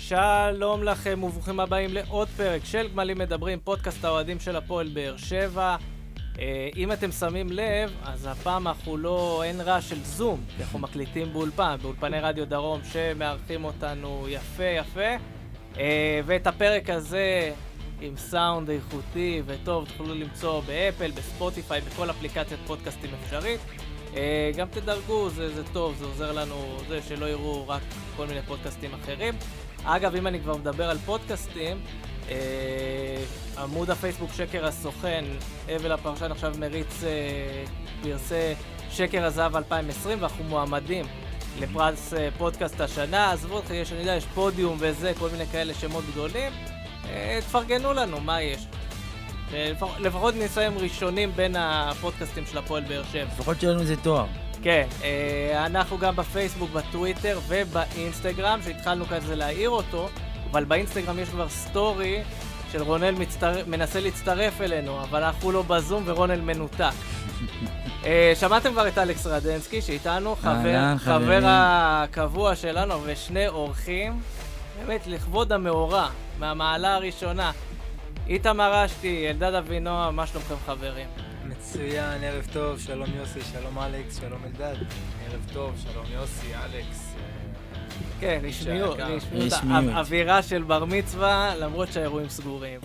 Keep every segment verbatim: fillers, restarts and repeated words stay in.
שלום לכם וברוכים הבאים לעוד פרק של גמלים מדברים, פודקאסט האוהדים של הפועל באר שבע. אם אתם שמים לב, אז הפעם אנחנו לא, אין רעש של זום, כי אנחנו מקליטים באולפן, באולפני רדיו דרום שמארחים אותנו יפה יפה. ואת הפרק הזה עם סאונד איכותי וטוב תוכלו למצוא באפל, בספוטיפיי, בכל אפליקציית פודקאסטים אפשרית. גם תדרגו, זה, זה טוב, זה עוזר לנו, זה שלא יראו רק כל מיני פודקאסטים אחרים. אגב, אם אני כבר מדבר על פודקאסטים, אה, עמוד הפייסבוק שקר הסוכן, אבל הפרשן עכשיו מריץ אה, פרסי שקר הזהב אלפיים עשרים, ואנחנו מועמדים לפרס אה, פודקאסט השנה. עזבו אותך, יש, אני יודע, יש פודיום וזה, כל מיני כאלה שמות גדולים. אה, תפרגנו לנו, מה יש? לפחות, לפחות נסיים ראשונים בין הפודקאסטים של הפועל באר שבע. לפחות שלנו זה תואר. כן, אה, אנחנו גם בפייסבוק, בטוויטר ובאינסטגרם, שהתחלנו כזה להעיר אותו, אבל באינסטגרם יש כבר סטורי של רונל מצטר... מנסה להצטרף אלינו, אבל אנחנו לא בזום ורונל מנותק. אה, שמעתם כבר את אלכס רדנסקי שאיתנו, חבר, חבר הקבוע שלנו ושני אורחים, באמת לכבוד המאורע, מהמעלה הראשונה. איתמר אשתי, אלדד אבינועם, מה שלומכם חברים? מצוין, ערב טוב, שלום יוסי, שלום אלכס, שלום אלדד. ערב טוב, שלום יוסי, אלכס. כן, נשמיעות, נשמיעות. אווירה של בר מצווה, למרות שהאירועים סגורים.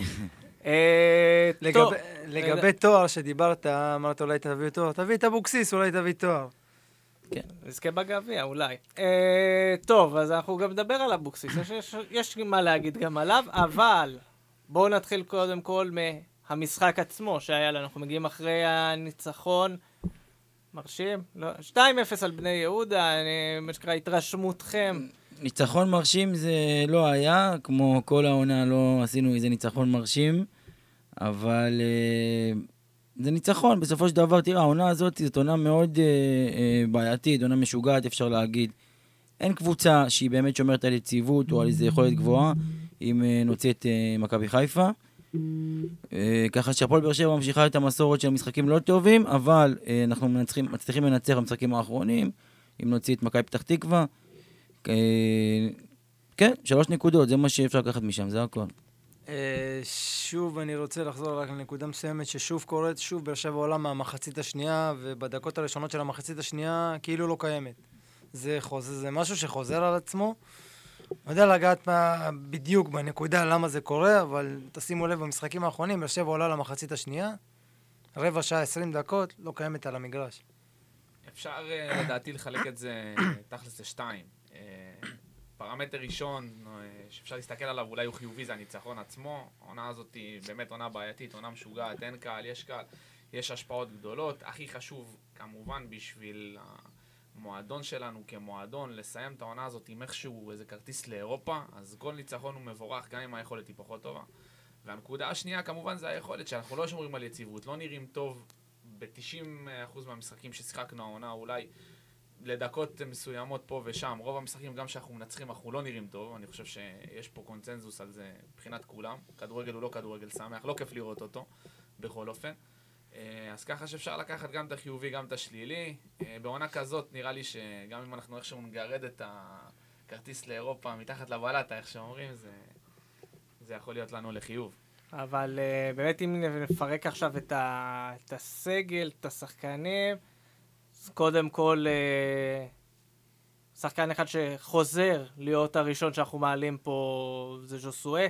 לגבי תואר שדיברת, אמרת אולי תביא תואר, תביא את אבוקסיס, אולי תביא תואר. כן, נזכה בגביע, אולי. טוב, אז אנחנו גם נדבר על אבוקסיס, יש מה להגיד גם עליו, אבל בואו נתחיל קודם כל מהמשחק עצמו שהיה לנו. אנחנו מגיעים אחרי הניצחון מרשים, לא, שתיים אפס על בני יהודה, אני משקרה התרשמותכם. ניצחון מרשים זה לא היה, כמו כל העונה לא עשינו איזה ניצחון מרשים, אבל זה ניצחון, בסופו של דבר, תראה, העונה הזאת זאת עונה מאוד בעייתית, עונה משוגעת אפשר להגיד. אין קבוצה שהיא באמת שומרת על יציבות או על איזו יכולת גבוהה, אם נוציא את מכבי חיפה. ככה שהפועל באר שבע ממשיכה את המסורת של משחקים לא טובים, אבל אנחנו מצליחים לנצח במשחקים האחרונים, אם נוציא את מכבי פתח תקווה. כן, שלוש נקודות, זה מה שאפשר לקחת משם, זה הכל. שוב אני רוצה לחזור רק לנקודה מסוימת ששוב קורית, שוב באר שבע עולה מהמחצית השנייה, ובדקות הראשונות של המחצית השנייה כאילו לא קיימת. זה חוזר, זה משהו שחוזר על עצמו. לא יודע לגעת מה בדיוק בנקודה למה זה קורה, אבל תשימו לב במשחקים האחרונים, באר שבע עולה למחצית השנייה, רבע שעה עשרים דקות, לא קיימת על המגרש. אפשר לדעתי לחלק את זה תכלס לשתיים. פרמטר ראשון שאפשר להסתכל עליו, אולי הוא חיובי, זה הניצחון עצמו. העונה הזאת היא באמת עונה בעייתית, עונה משוגעת, אין קהל, יש קהל, יש השפעות גדולות. הכי חשוב כמובן בשביל המועדון שלנו כמועדון, לסיים את העונה הזאת עם איכשהו איזה כרטיס לאירופה, אז כל ניצחון הוא מבורך, גם אם היכולת היא פחות טובה. והנקודה השנייה כמובן זה היכולת שאנחנו לא שומרים על יציבות, לא נראים טוב ב-תשעים אחוז מהמשחקים ששיחקנו העונה, אולי לדקות מסוימות פה ושם. רוב המשחקים גם שאנחנו מנצחים אנחנו לא נראים טוב, אני חושב שיש פה קונצנזוס על זה מבחינת כולם. כדורגל הוא לא כדורגל שמח, לא כיף לראות אותו בכל אופן. אז ככה שאפשר לקחת גם את החיובי, גם את השלילי. בעונה כזאת נראה לי שגם אם אנחנו איכשהו נגרד את הכרטיס לאירופה מתחת לבלטה, איך שאומרים, זה, זה יכול להיות לנו לחיוב. אבל uh, באמת אם נפרק עכשיו את, ה, את הסגל, את השחקנים, אז קודם כל uh, שחקן אחד שחוזר להיות הראשון שאנחנו מעלים פה זה ז'וסואה.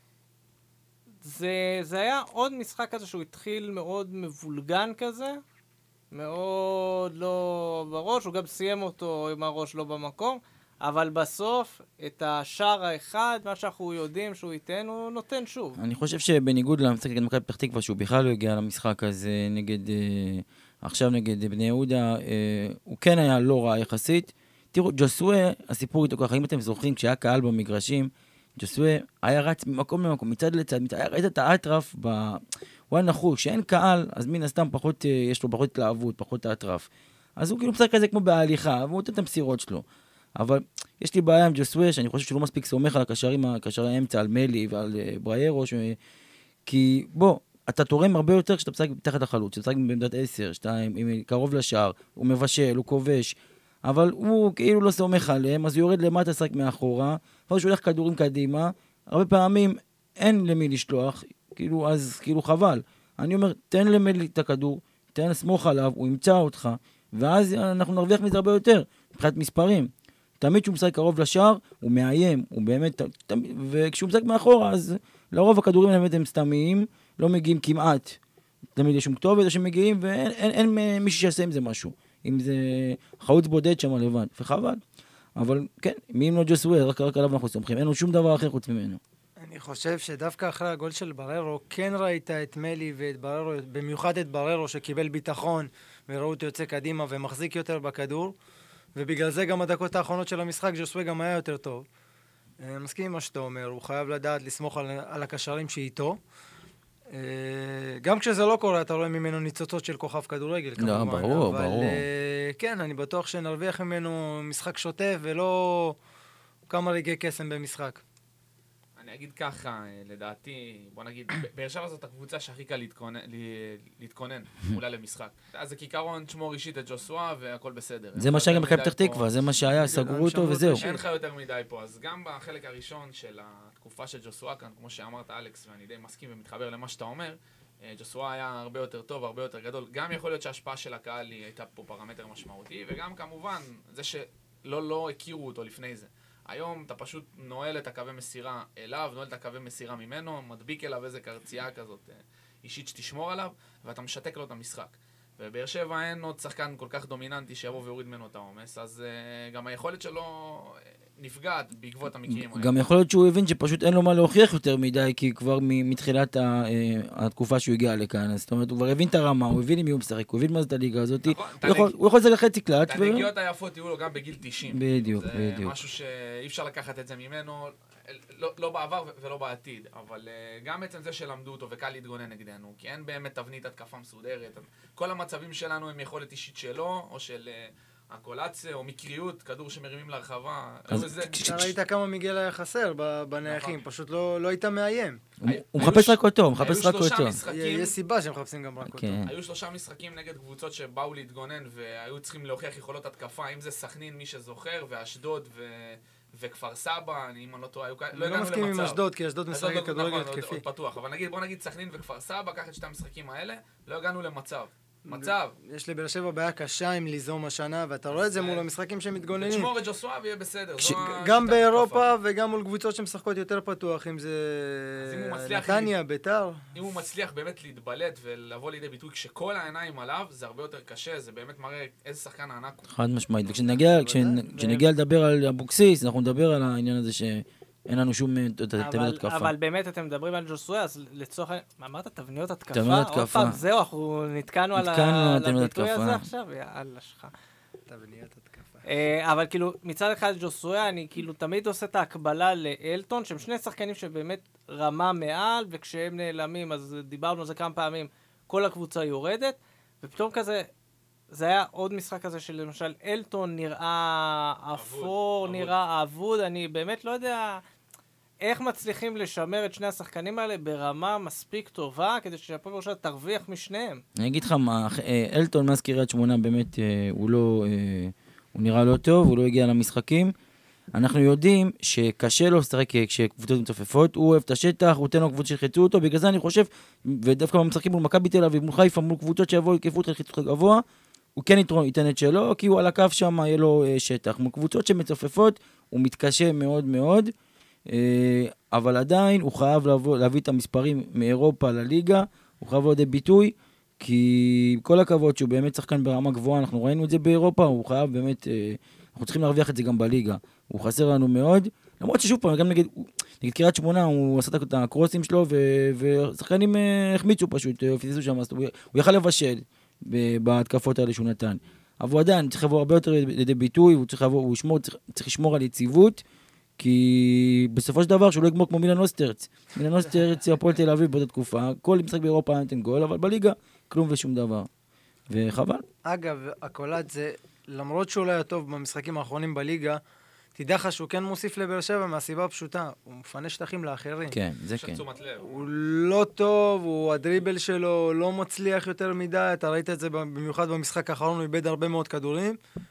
זה, זה היה עוד משחק כזה שהוא התחיל מאוד מבולגן כזה, מאוד לא בראש, הוא גם סיים אותו עם הראש לא במקום, אבל בסוף את השער האחד, מה שאנחנו יודעים שהוא ייתן, הוא נותן שוב. אני חושב שבניגוד למשחק נגד מכבי פתח תקווה, שהוא בכלל לא הגיע למשחק הזה נגד, אה, עכשיו נגד בני יהודה, אה, הוא כן היה לא רע יחסית. תראו, ג'וסואה, הסיפור איתו ככה, אם אתם זוכרים, כשהיה קהל במגרשים, ג'וסואה היה רץ ממקום למקום, מצד לצד, מצד, היה ראית את האטרף, ב... הוא היה נחוש, כשאין קהל, אז מן הסתם פחות, יש לו פחות התלהבות, פחות האטרף. אז הוא כאילו משחק כזה כמו בהליכה, והוא נותן את המסירות שלו. אבל יש לי בעיה עם ג'וסואה, שאני חושב שהוא לא מספיק סומך על הקשרים, הקשרי האמצע, על מלי ועל בריירו, ש... כי בוא, אתה תורם הרבה יותר כשאתה משחק תחת החלוץ, כשאתה משחק בעמדת עשר, שתיים, קרוב לשער, הוא מבשל, הוא כובש, אבל הוא כאילו לא סומך עליהם, אז הוא יורד למטה, שחק מאחורה, והוא שולח כדורים קדימה, הרבה פעמים אין למי לשלוח, כאילו, אז כאילו חבל. אני אומר, תן למי את הכדור, תן לסמוך עליו, הוא ימצא אותך, ואז אנחנו נרוויח מזה הרבה יותר, מבחינת מספרים. תמיד שהוא משחק קרוב לשער, הוא מאיים, הוא באמת, תמיד, וכשהוא משחק מאחורה, אז לרוב הכדורים האלה הם סתמיים, לא מגיעים כמעט. תמיד יש שום כתובת שמגיעים, ואין אין, אין, אין מישהו שיעשה עם זה משהו. אם זה חלוץ בודד שם לבד, וחבל. אבל כן, מי אם לא ג'וסווה, רק, רק עליו אנחנו סומכים, אין לו שום דבר אחר חוץ ממנו. אני חושב שדווקא אחרי הגול של בררו, כן ראית את מלי ואת בררו, במיוחד את בררו שקיבל ביטחון, וראו אותו יוצא קדימה ומחזיק יותר בכדור, ובגלל זה גם הדקות האחרונות של המשחק, ג'וסווה גם היה יותר טוב. מסכים עם מה שאתה אומר, הוא חייב לדעת לסמוך על, על הקשרים שאיתו. גם כשזה לא קורה, אתה רואה ממנו ניצוצות של כוכב כדורגל, כמובן. לא, ברור, אבל, ברור. כן, אני בטוח שנרוויח ממנו משחק שוטף, ולא כמה רגעי קסם במשחק. אני אגיד ככה, לדעתי, בוא נגיד, באר שבע זאת הקבוצה שהכי קל להתכונן, להתכונן אולי למשחק. אז הכיכרון תשמור אישית את ג'וסווה והכל בסדר. זה מה שהיה גם מכבי פתח תקווה, זה מה שהיה, סגרו אותו וזהו. אין לך יותר מדי פה, אז גם בחלק הראשון של התקופה של ג'וסווה כאן, כמו שאמרת אלכס, ואני די מסכים ומתחבר למה שאתה אומר, ג'וסווה היה הרבה יותר טוב, הרבה יותר גדול. גם יכול להיות שההשפעה של הקהל הייתה פה פרמטר משמעותי, וגם כמובן זה שלא לא הכירו אותו לפני זה. היום אתה פשוט נועל את הקווי מסירה אליו, נועל את הקווי מסירה ממנו, מדביק אליו איזה קרצייה כזאת אישית שתשמור עליו, ואתה משתק לו את המשחק. ובאר שבע אין עוד שחקן כל כך דומיננטי שיבוא ויוריד ממנו את העומס, אז uh, גם היכולת שלו נפגעת בעקבות המקרים האלה. גם יכול להיות שהוא הבין שפשוט אין לו מה להוכיח יותר מדי, כי כבר מתחילת התקופה שהוא הגיע לכאן, זאת אומרת, הוא כבר הבין את הרמה, הוא הבין אם הוא משחק, הוא הבין מה זאת הליגה הזאת, הוא יכול לזה חצי קלט. את הנגיעות היפות יהיו לו גם בגיל תשעים. בדיוק, בדיוק. זה משהו שאי אפשר לקחת את זה ממנו, לא בעבר ולא בעתיד, אבל גם בעצם זה שלמדו אותו וקל להתגונן נגדנו, כי אין באמת תבנית התקפה מסודרת. כל המצבים שלנו הם יכולת אישית שלו, או של הקולציה, או מקריות, כדור שמרימים להרחבה. אתה ראית כמה מיגל היה חסר בנייחים, פשוט לא היית מאיים. הוא מחפש רק אותו, הוא מחפש רק אותו. יש סיבה שהם מחפשים גם רק אותו. היו שלושה משחקים נגד קבוצות שבאו להתגונן, והיו צריכים להוכיח יכולות התקפה, אם זה סכנין, מי שזוכר, ואשדוד וכפר סבא, אם אני לא טועה, לא הגענו למצב. אני לא מסכים עם אשדוד, כי אשדוד משחק כדורגל התקפי. עוד פתוח, אבל נגיד, בוא נגיד סכנין וכפר סבא, קח את שתי המשחקים האלה, לא הגענו למצב. מצב. יש לבאר שבע בעיה קשה עם ליזום השנה, ואתה רואה את זה מול המשחקים שמתגוננים. תשמור את ג'וסווה ויהיה בסדר. גם באירופה וגם מול קבוצות שמשחקות יותר פתוח, אם זה נתניה, ביתר. אם הוא מצליח באמת להתבלט ולבוא לידי ביטוי כשכל העיניים עליו, זה הרבה יותר קשה, זה באמת מראה איזה שחקן הענק הוא. חד משמעית, וכשנגיע לדבר על אבוקסיס, אנחנו נדבר על העניין הזה ש... אין לנו שום תבניות התקפה. אבל באמת אתם מדברים על ג'וסווה, אז לצורך... אמרת תבניות התקפה? תבניות התקפה. עוד פעם, זהו, אנחנו נתקענו על הביטוי הזה עכשיו, יאללה שלך. תבניות התקפה. אבל כאילו, מצד אחד ג'וסווה, אני כאילו תמיד עושה את ההקבלה לאלטון, שהם שני שחקנים שבאמת רמה מעל, וכשהם נעלמים, אז דיברנו על זה כמה פעמים, כל הקבוצה יורדת, ופתאום כזה... זה היה עוד משחק כזה של למשל אלטון נראה אפור, נראה אבוד, אני באמת לא יודע איך מצליחים לשמר את שני השחקנים האלה ברמה מספיק טובה, כדי שהפועל באר שבע תרוויח משניהם. אני אגיד לך מה, אלטון מאז קריית שמונה באמת הוא לא, הוא נראה לא טוב, הוא לא הגיע למשחקים. אנחנו יודעים שקשה לו לשחק כשקבוצות מצופפות, הוא אוהב את השטח, הוא תן לו קבוצות שחצו אותו, בגלל זה אני חושב, ודווקא במשחקים מול מכבי תל אביב, מול חיפה, מול קבוצות שיבואו יקפו אותך לחצות גבוה, הוא כן ייתן את שלו, כי הוא על הקו שם, יהיה לו שטח. מול קבוצות שמצופפות, הוא מתקשה מאוד מאוד, אבל עדיין הוא חייב לבוא, להביא את המספרים מאירופה לליגה, הוא חייב עוד ביטוי, כי כל הכבוד שהוא באמת שחקן ברמה גבוהה, אנחנו ראינו את זה באירופה, הוא חייב באמת, אנחנו צריכים להרוויח את זה גם בליגה. הוא חסר לנו מאוד, למרות ששוב פעם, גם נגד, נגד קריית שמונה, הוא עשה את הקרוסים שלו, ושחקנים החמיצו פשוט, פספסו שם, הוא יכל לבשל. בהתקפות האלה שהוא נתן. אבל עדיין צריך לבוא הרבה יותר לידי ביטוי, הוא צריך לבוא, הוא ישמור, צריך, צריך לשמור על יציבות, כי בסופו של דבר שהוא לא יגמור כמו מילן אוסטרץ. מילן אוסטרץ הפועל תל אביב באותה תקופה, כל משחק באירופה נתן גול, אבל בליגה כלום ושום דבר. וחבל. אגב, הקולט זה, למרות שהוא לא היה טוב במשחקים האחרונים בליגה, תדע לך שהוא כן מוסיף לבאר שבע מהסיבה הפשוטה, הוא מפנה שטחים לאחרים. כן, זה כן. הוא לא טוב, הוא הדריבל שלו לא מצליח יותר מדי, אתה ראית את זה במיוחד במשחק האחרון, הוא איבד הרבה מאוד כדורים,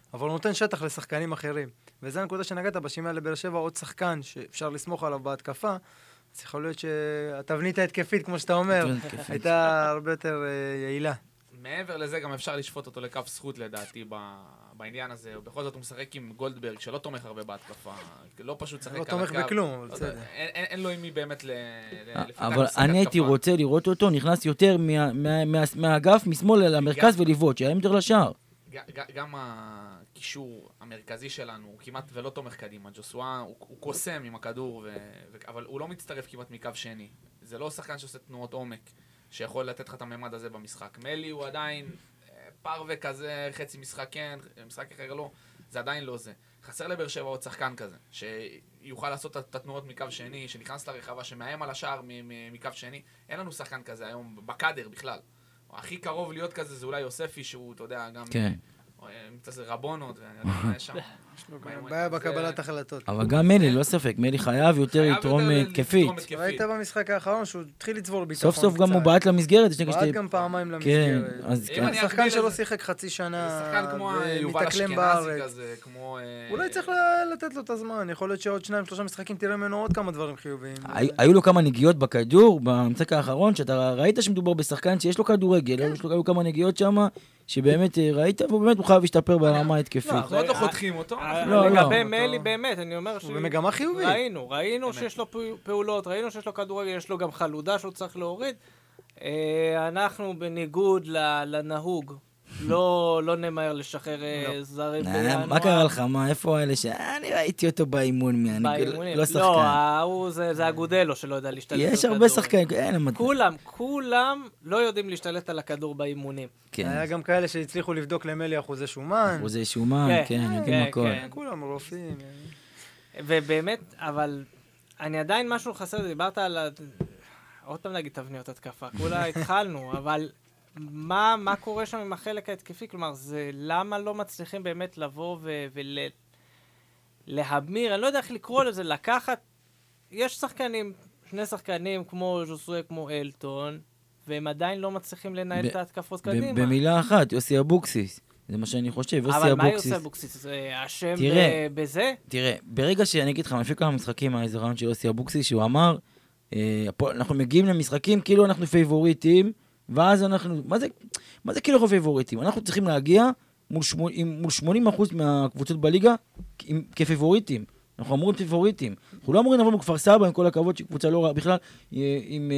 אבל הוא נותן שטח לשחקנים אחרים. וזו הנקודה שנגעת, בשמיעה לבאר שבע עוד שחקן שאפשר לסמוך עליו בהתקפה, אז יכול להיות שהתבנית ההתקפית, כמו שאתה אומר, הייתה הרבה יותר יעילה. מעבר לזה גם אפשר לשפוט אותו לכף זכות לדעתי בעניין הזה, ובכל זאת הוא משחק עם גולדברג שלא תומך הרבה בהתקפה, לא פשוט שחק על הקו. לא תומך בכלום, אבל בסדר. אין לו עם מי באמת לפתח. אבל אני הייתי רוצה לראות אותו, נכנס יותר מהאגף, משמאל למרכז ולבעוט, שהיה יותר לשער. גם הקישור המרכזי שלנו, הוא כמעט ולא תומך קדימה, ג'וסווה הוא קוסם עם הכדור, אבל הוא לא מצטרף כמעט מקו שני. זה לא שחקן שעושה תנועות עומק. שיכול לתת לך את הממד הזה במשחק. מלי הוא עדיין פרווה כזה, חצי משחק כן, משחק אחר לא, זה עדיין לא זה. חסר לבאר שבע עוד שחקן כזה, שיוכל לעשות את התנועות מקו שני, שנכנס לרחבה, שמאיים על השער מקו שני. אין לנו שחקן כזה היום, בקאדר בכלל. הכי קרוב להיות כזה זה אולי יוספי, שהוא, אתה יודע, גם... כן. מצא זה רבונות, ואני יודע מה יש שם. בעיה בקבלת החלטות. אבל גם מלי, לא ספק, מלי חייב יותר לתרום התקפית. ראית במשחק האחרון שהוא התחיל לצבור ביטחון סוף סוף גם הוא בעט למסגרת. בעט גם פעמיים למסגרת. שחקן שלא שיחק חצי שנה, שחקן כמו יובל אשכנזי כזה, כמו... אולי צריך לתת לו את הזמן, יכול להיות שעוד שניים, שלושה משחקים תראה ממנו עוד כמה דברים חיוביים. היו לו כמה נגיעות בכדור, במשחק האחרון, שאתה ראית שמדובר בשחקן שיש לו כדורגל, יש לו כמה נגיעות שם, שבאמת ראית, ובאמת הוא חייב להשתפר ברמה ההתקפית. אנחנו עוד לא חותכים אותו. לגבי מלי באמת, אני אומר ש... הוא במגמה חיובית. ראינו, ראינו שיש לו פעולות, ראינו שיש לו כדורגל, יש לו גם חלודה שהוא צריך להוריד. אנחנו בניגוד לנהוג, לא נמהר לשחרר זרים בינואר. מה קרה לך? מה, איפה האלה ש... אני ראיתי אותו באימון, לא שחקן. לא, זה אגודלו שלא יודע להשתלט על הכדור. יש הרבה שחקנים, כולם, כולם לא יודעים להשתלט על הכדור באימונים. היה גם כאלה שהצליחו לבדוק למלי אחוזי שומן. אחוזי שומן, כן, יודעים הכל. כולם רופאים. ובאמת, אבל אני עדיין משהו חסר, דיברת על... עוד פעם נגיד תבניות התקפה, כולה התחלנו, אבל... מה, מה קורה שם עם החלק ההתקפי? כלומר, זה למה לא מצליחים באמת לבוא ולהמיר, אני לא יודע איך לקרוא לזה, לקחת, יש שחקנים, שני שחקנים כמו ז'וסווה, כמו אלטון, והם עדיין לא מצליחים לנהל את ההתקפות קדימה. במילה אחת, יוסי אבוקסיס, זה מה שאני חושב, יוסי אבוקסיס. אבל מה יוסי אבוקסיס? זה השם בזה? תראה, ברגע שאני אגיד לך, לפי כמה משחקים, איזה רעיון של יוסי אבוקסיס, שהוא אמר, אנחנו מגיעים למשחקים כאילו אנחנו פייבוריטים, ואז אנחנו, מה זה, מה זה כאילו אנחנו פייבוריטים? אנחנו צריכים להגיע מול, שמונה, מול שמונים אחוז מהקבוצות בליגה עם, כפייבוריטים. אנחנו אמורים פייבוריטים. אנחנו לא אמורים לבוא מכפר סבא, עם כל הכבוד שקבוצה לא רעה בכלל, עם,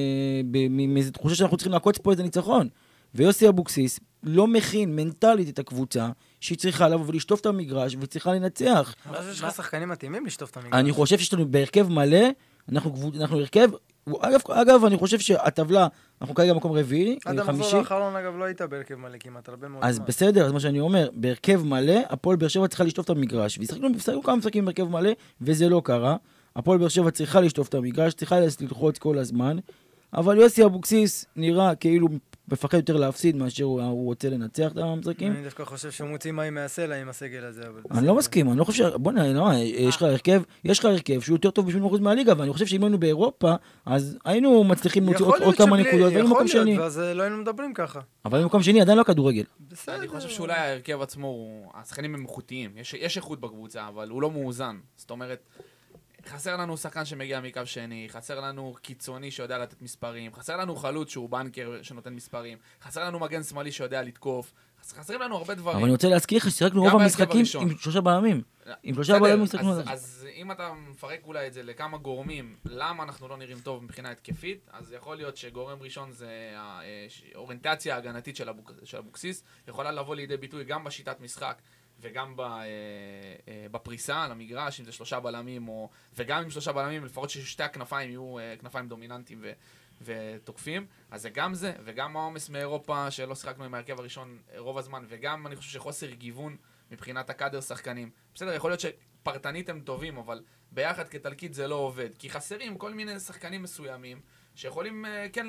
עם איזו תחושה שאנחנו צריכים לעקוץ פה איזה ניצחון. ויוסי אבוקסיס לא מכין מנטלית את הקבוצה, שהיא צריכה לבוא ולשטוף את המגרש, וצריכה לנצח. מה שיש לך שחקנים מתאימים לשטוף את המגרש? אני חושב שיש לנו בהרכב מלא, אנחנו, אנחנו הרכב, אגב, אגב, אני חושב שהטבלה, אנחנו כרגע במקום רביעי, חמישי. עד המחזור האחרון, אגב, לא היית בהרכב מלא כמעט, הרבה מאוד. אז בסדר, אז מה שאני אומר, בהרכב מלא, הפועל באר שבע צריכה לשטוף את המגרש, והשחקנו כמה משחקים בהרכב מלא, וזה לא קרה. הפועל באר שבע צריכה לשטוף את המגרש, צריכה ללחוץ כל הזמן, אבל יוסי אבוקסיס נראה כאילו מפחד יותר להפסיד מאשר הוא רוצה לנצח את המשחקים. אני דווקא חושב שהוא מוציא מים מהסלע עם הסגל הזה. אני לא מסכים, אני לא חושב ש... בוא נראה, יש לך הרכב, יש לך הרכב שהוא יותר טוב ב-שמונים אחוז מהליגה, ואני חושב שאם היינו באירופה, אז היינו מצליחים להוציא עוד כמה נקודות, והיינו מקום שני. ואז לא היינו מדברים ככה. אבל היינו מקום שני, עדיין לא כדורגל. אני חושב שאולי ההרכב עצמו, השחקנים הם איכותיים, יש איכות בקבוצה, אבל הוא לא מאוזן. זאת אומרת, חסר לנו שחקן שמגיע מקו שני, חסר לנו קיצוני שיודע לתת מספרים, חסר לנו חלוץ שהוא בנקר שנותן מספרים, חסר לנו מגן שמאלי שיודע לתקוף, חסרים לנו הרבה דברים. אבל אני רוצה להזכיר לך ששיחקנו רוב המשחקים עם שלושה בלמים. עם שלושה בלמים משחקנו. אז אם אתה מפרק אולי את זה לכמה גורמים, למה אנחנו לא נראים טוב מבחינה התקפית, אז יכול להיות שגורם ראשון זה האוריינטציה ההגנתית של אבוקסיס, יכולה לבוא לידי ביטוי גם בשיטת משחק, וגם בפריסה על המגרש, אם זה שלושה בלמים, וגם עם שלושה בלמים, לפחות ששתי הכנפיים יהיו כנפיים דומיננטיים ותוקפים, אז זה גם זה, וגם העומס מאירופה שלא שיחקנו עם ההרכב הראשון רוב הזמן, וגם אני חושב שחוסר גיוון מבחינת הקאדר שחקנים. בסדר, יכול להיות שפרטנית הם טובים, אבל ביחד כתלכית זה לא עובד, כי חסרים כל מיני שחקנים מסוימים, שיכולים, כן,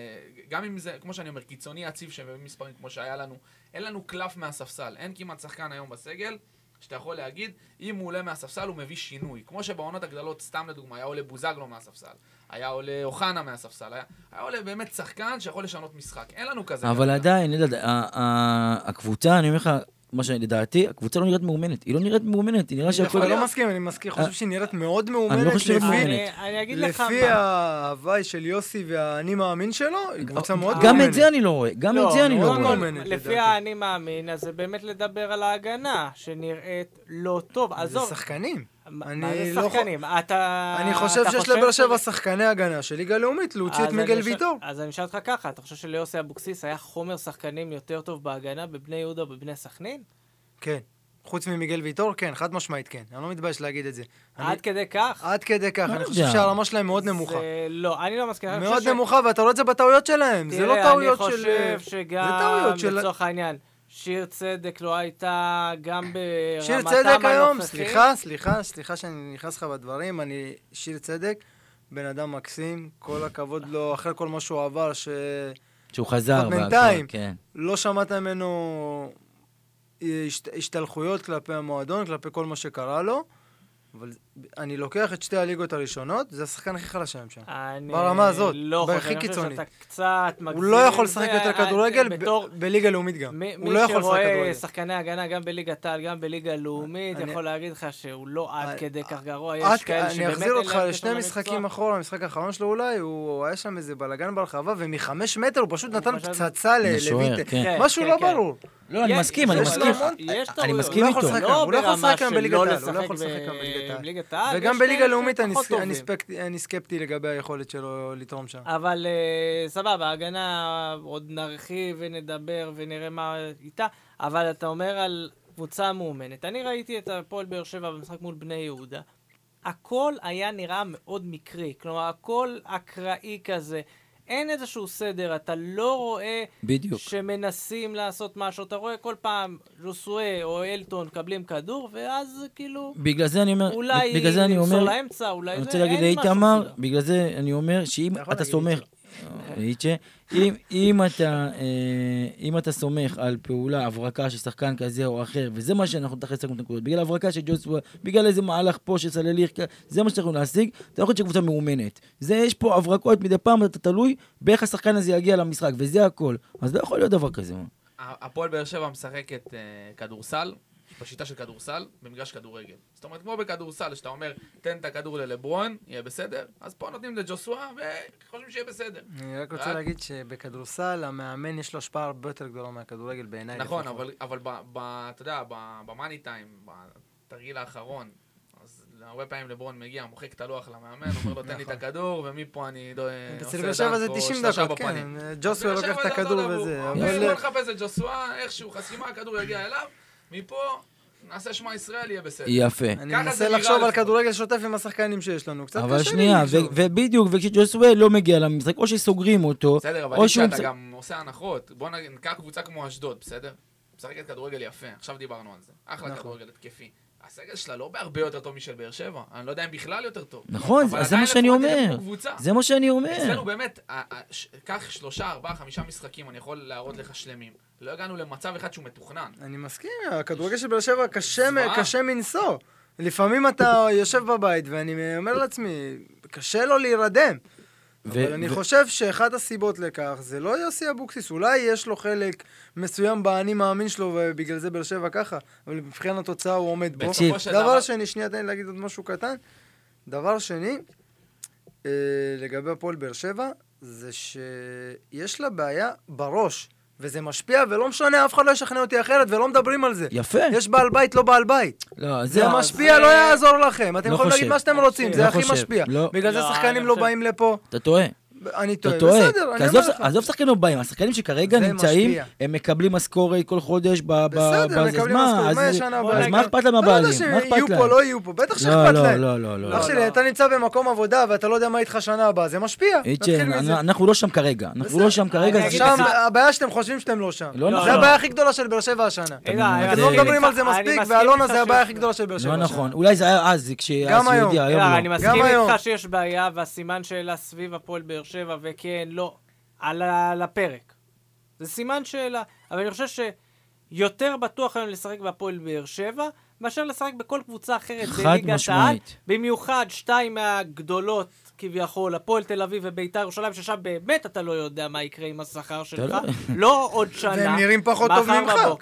גם אם זה, כמו שאני אומר, קיצוני עציב שמספרים כמו שהיה לנו, אין לנו קלף מהספסל, אין כמעט שחקן היום בסגל, שאתה יכול להגיד, אם הוא עולה מהספסל הוא מביא שינוי, כמו שבעונות הגדולות, סתם לדוגמה, היה עולה בוזגלו מהספסל, היה עולה אוחנה מהספסל, היה, היה עולה באמת שחקן שיכול לשנות משחק, אין לנו כזה. אבל עדיין, הקבוצה, אני אומר לך, מה שלדעתי, הקבוצה לא נראית מאומנת. היא לא נראית מאומנת, היא נראה שהכל... אני לא מסכים, אני מסכים, חושב שהיא נראית מאוד מאומנת. אני לא חושב שהיא מאומנת. אני אגיד לך לפי ההוואי של יוסי והאני מאמין שלו, היא קבוצה מאוד מאומנת. גם את זה אני לא רואה, גם את זה אני לא רואה. לפי האני מאמין, אז זה באמת לדבר על ההגנה, שנראית לא טוב. זה שחקנים. מה זה שחקנים? אני חושב שיש לבאר שבע שחקני הגנה של ליגה לאומית, להוציא את מיגל ויטור. אז אני אשאל אותך ככה, אתה חושב שליוסי אבוקסיס היה חומר שחקנים יותר טוב בהגנה בבני יהודה ובבני סכנין? כן. חוץ ממיגל ויטור, כן, חד משמעית כן. אני לא מתבייש להגיד את זה. עד כדי כך? עד כדי כך. אני חושב שהרמה שלהם מאוד נמוכה. לא, אני לא מסכים. מאוד נמוכה, ואתה רואה את זה בטעויות שלהם. זה לא טעויות של... תראה, אני חושב שגם, לצורך העניין, שיר צדק לא הייתה גם ברמתם שיר צדק היום, סליחה, סליחה, סליחה שאני נכנס לך בדברים, אני שיר צדק, בן אדם מקסים, כל הכבוד לו, אחרי כל מה שהוא עבר, ש... שהוא חזר. בינתיים, לא שמעת ממנו השתלחויות כלפי המועדון, כלפי כל מה שקרה לו, אבל אני לוקח את שתי הליגות הראשונות, זה השחקן הכי חלש היום שם. ברמה הזאת, בהכי קיצונית. הוא לא יכול לשחק יותר כדורגל בליגה לאומית גם. הוא לא יכול לשחק כדורגל. מי שרואה שחקני הגנה גם בליגת העל, גם בליגה לאומית, יכול להגיד לך שהוא לא עד כדי כך גרוע. יש כאלה שבאמת... אני אחזיר אותך לשני משחקים אחורה, המשחק האחרון שלו אולי, הוא היה שם איזה בלגן ברחבה, ומחמש מטר הוא פשוט נתן פצצה לויטה. משהו לא ברור. לא, אני מסכים, אני מסכים. אני מסכים איתו. הוא לא יכול לשחק גם בליגת העל, הוא לא יכול לשחק גם בליגת העל. וגם בליגה לאומית אני סקפטי לגבי היכולת שלו לתרום שם. אבל סבבה, ההגנה עוד נרחיב ונדבר ונראה מה איתה, אבל אתה אומר על קבוצה מאומנת. אני ראיתי את הפועל באר שבע במשחק מול בני יהודה. הכל היה נראה מאוד מקרי, כלומר הכל אקראי כזה. אין איזשהו סדר, אתה לא רואה בדיוק. שמנסים לעשות משהו, אתה רואה כל פעם ז'וסואה או אלטון קבלים כדור, ואז כאילו... בגלל זה אני אומר... אולי בגלל זה אני אומר... למסור לאמצע, אולי זה... אני רוצה להגיד לאיתמר, בגלל זה אני אומר שאם אתה סומך... אם, אם אתה, אם אתה סומך על פעולה, הברקה של שחקן כזה או אחר, וזה מה שאנחנו תכף סגנו את הנקודות, בגלל הברקה של ג'וסווה, בגלל איזה מהלך פה של סלליך, זה מה שאנחנו להשיג, אתה לא יכול שקבוצה מאומנת. זה, יש פה הברקות מדי פעם, אתה תלוי באיך השחקן הזה יגיע למשחק, וזה הכל. אז לא יכול להיות דבר כזה. הפועל באר שבע משחקת כדורסל, בשיטה של כדורסל, במגרש כדורגל. זאת אומרת, כמו בכדורסל, שאתה אומר, תן את הכדור ללברון, יהיה בסדר, אז פה נותנים לג'וסואה, וחושבים שיהיה בסדר. אני רק רוצה להגיד שבכדורסל, המאמן יש לו השפעה הרבה יותר גדולה מהכדורגל בעיניי. נכון, אבל אתה יודע, במאני טיים, בתרגיל האחרון, אז הרבה פעמים לברון מגיע, מוחק את הלוח למאמן, אומר לו, תן לי את הכדור, ומפה אני עושה באר שבע זה תשעים דקות, כן. ג'וסואה לוקח את הכדור וזה. בוא נחפש את ג'וסואה, איכשהו חסימה, הכדור יגיע אליו, מפה נעשה שמה ישראל, יהיה בסדר. יפה. אני מנסה לחשוב על כדורגל שוטף עם השחקנים שיש לנו. קצת אבל שנייה, ובדיוק, וכשג'וסואה לא מגיע למשחק, או שסוגרים אותו, בסדר, אבל כשאתה גם עושה הנחות, בוא נקח קבוצה כמו אשדוד, בסדר? משחקת כדורגל יפה, עכשיו דיברנו על זה. אחלה כדורגל התקפי. הסגל שלה לא בהרבה יותר טוב משל באר שבע, אני לא יודע אם בכלל יותר טוב. נכון, זה מה שאני אומר. זה מה שאני אומר. אצלנו באמת, קח שלושה, ארבעה, חמישה משחקים, אני יכול להראות לך שלמים. לא הגענו למצב אחד שהוא מתוכנן. אני מסכים, הכדורגל של באר שבע קשה מנסוע. לפעמים אתה יושב בבית ואני אומר לעצמי, קשה לו להירדם. אבל אני חושב שאחת הסיבות לכך זה לא יוסי אבוקסיס, אולי יש לו חלק מסוים באני מאמין שלו ובגלל זה באר שבע ככה, אבל מבחינת התוצאה הוא עומד בו. דבר שני, שנייה תן לי להגיד עוד משהו קטן. דבר שני, לגבי הפועל באר שבע, זה שיש לה בעיה בראש. וזה משפיע, ולא משנה, אף אחד לא ישכנע אותי אחרת, ולא מדברים על זה. יפה. יש בעל בית, לא בעל בית. לא, זה משפיע, לא יעזור לכם. אתם יכולים להגיד מה שאתם רוצים, זה הכי משפיע. בגלל זה שחקנים לא באים לפה. אתה טועה. אני טועה, בסדר, אני אומר לך. עזוב שחקנים לא באים, השחקנים שכרגע נמצאים, הם מקבלים משכורת כל חודש בזמן. בסדר, מקבלים משכורת, מה יש שנה הבאה? אז מה אכפת להם הבעלים? מה אכפת להם? יהיו פה, לא יהיו פה, בטח שאכפת להם. לא, לא, לא. אח שלי, אתה נמצא במקום עבודה, ואתה לא יודע מה איתך שנה הבאה, זה משפיע. אנחנו לא שם כרגע, אנחנו לא שם כרגע. הבעיה שאתם חושבים שאתם לא שם. זה הבעיה הכי גדולה של באר שבע השנה. אתם לא מדברים על זה מספיק, ואלונה זה הבעיה הכי גדולה של באר שבע השנה. לא נכון, אולי זה היה אז, גם היום. אני מסכים איתך שיש בעיה, והסימן שאלה סביב הפועל באר שבע, וכן, לא, על הפרק. זה סימן שאלה, אבל אני חושב שיותר בטוח היום לשחק בהפועל באר שבע, מאשר לשחק בכל קבוצה אחרת בליגת העל, במיוחד שתיים מהגדולות כביכול, הפועל תל אביב וביתר ירושלים, ששם באמת אתה לא יודע מה יקרה עם השכר שלך, לא עוד שנה, והם נראים פחות טוב ממך.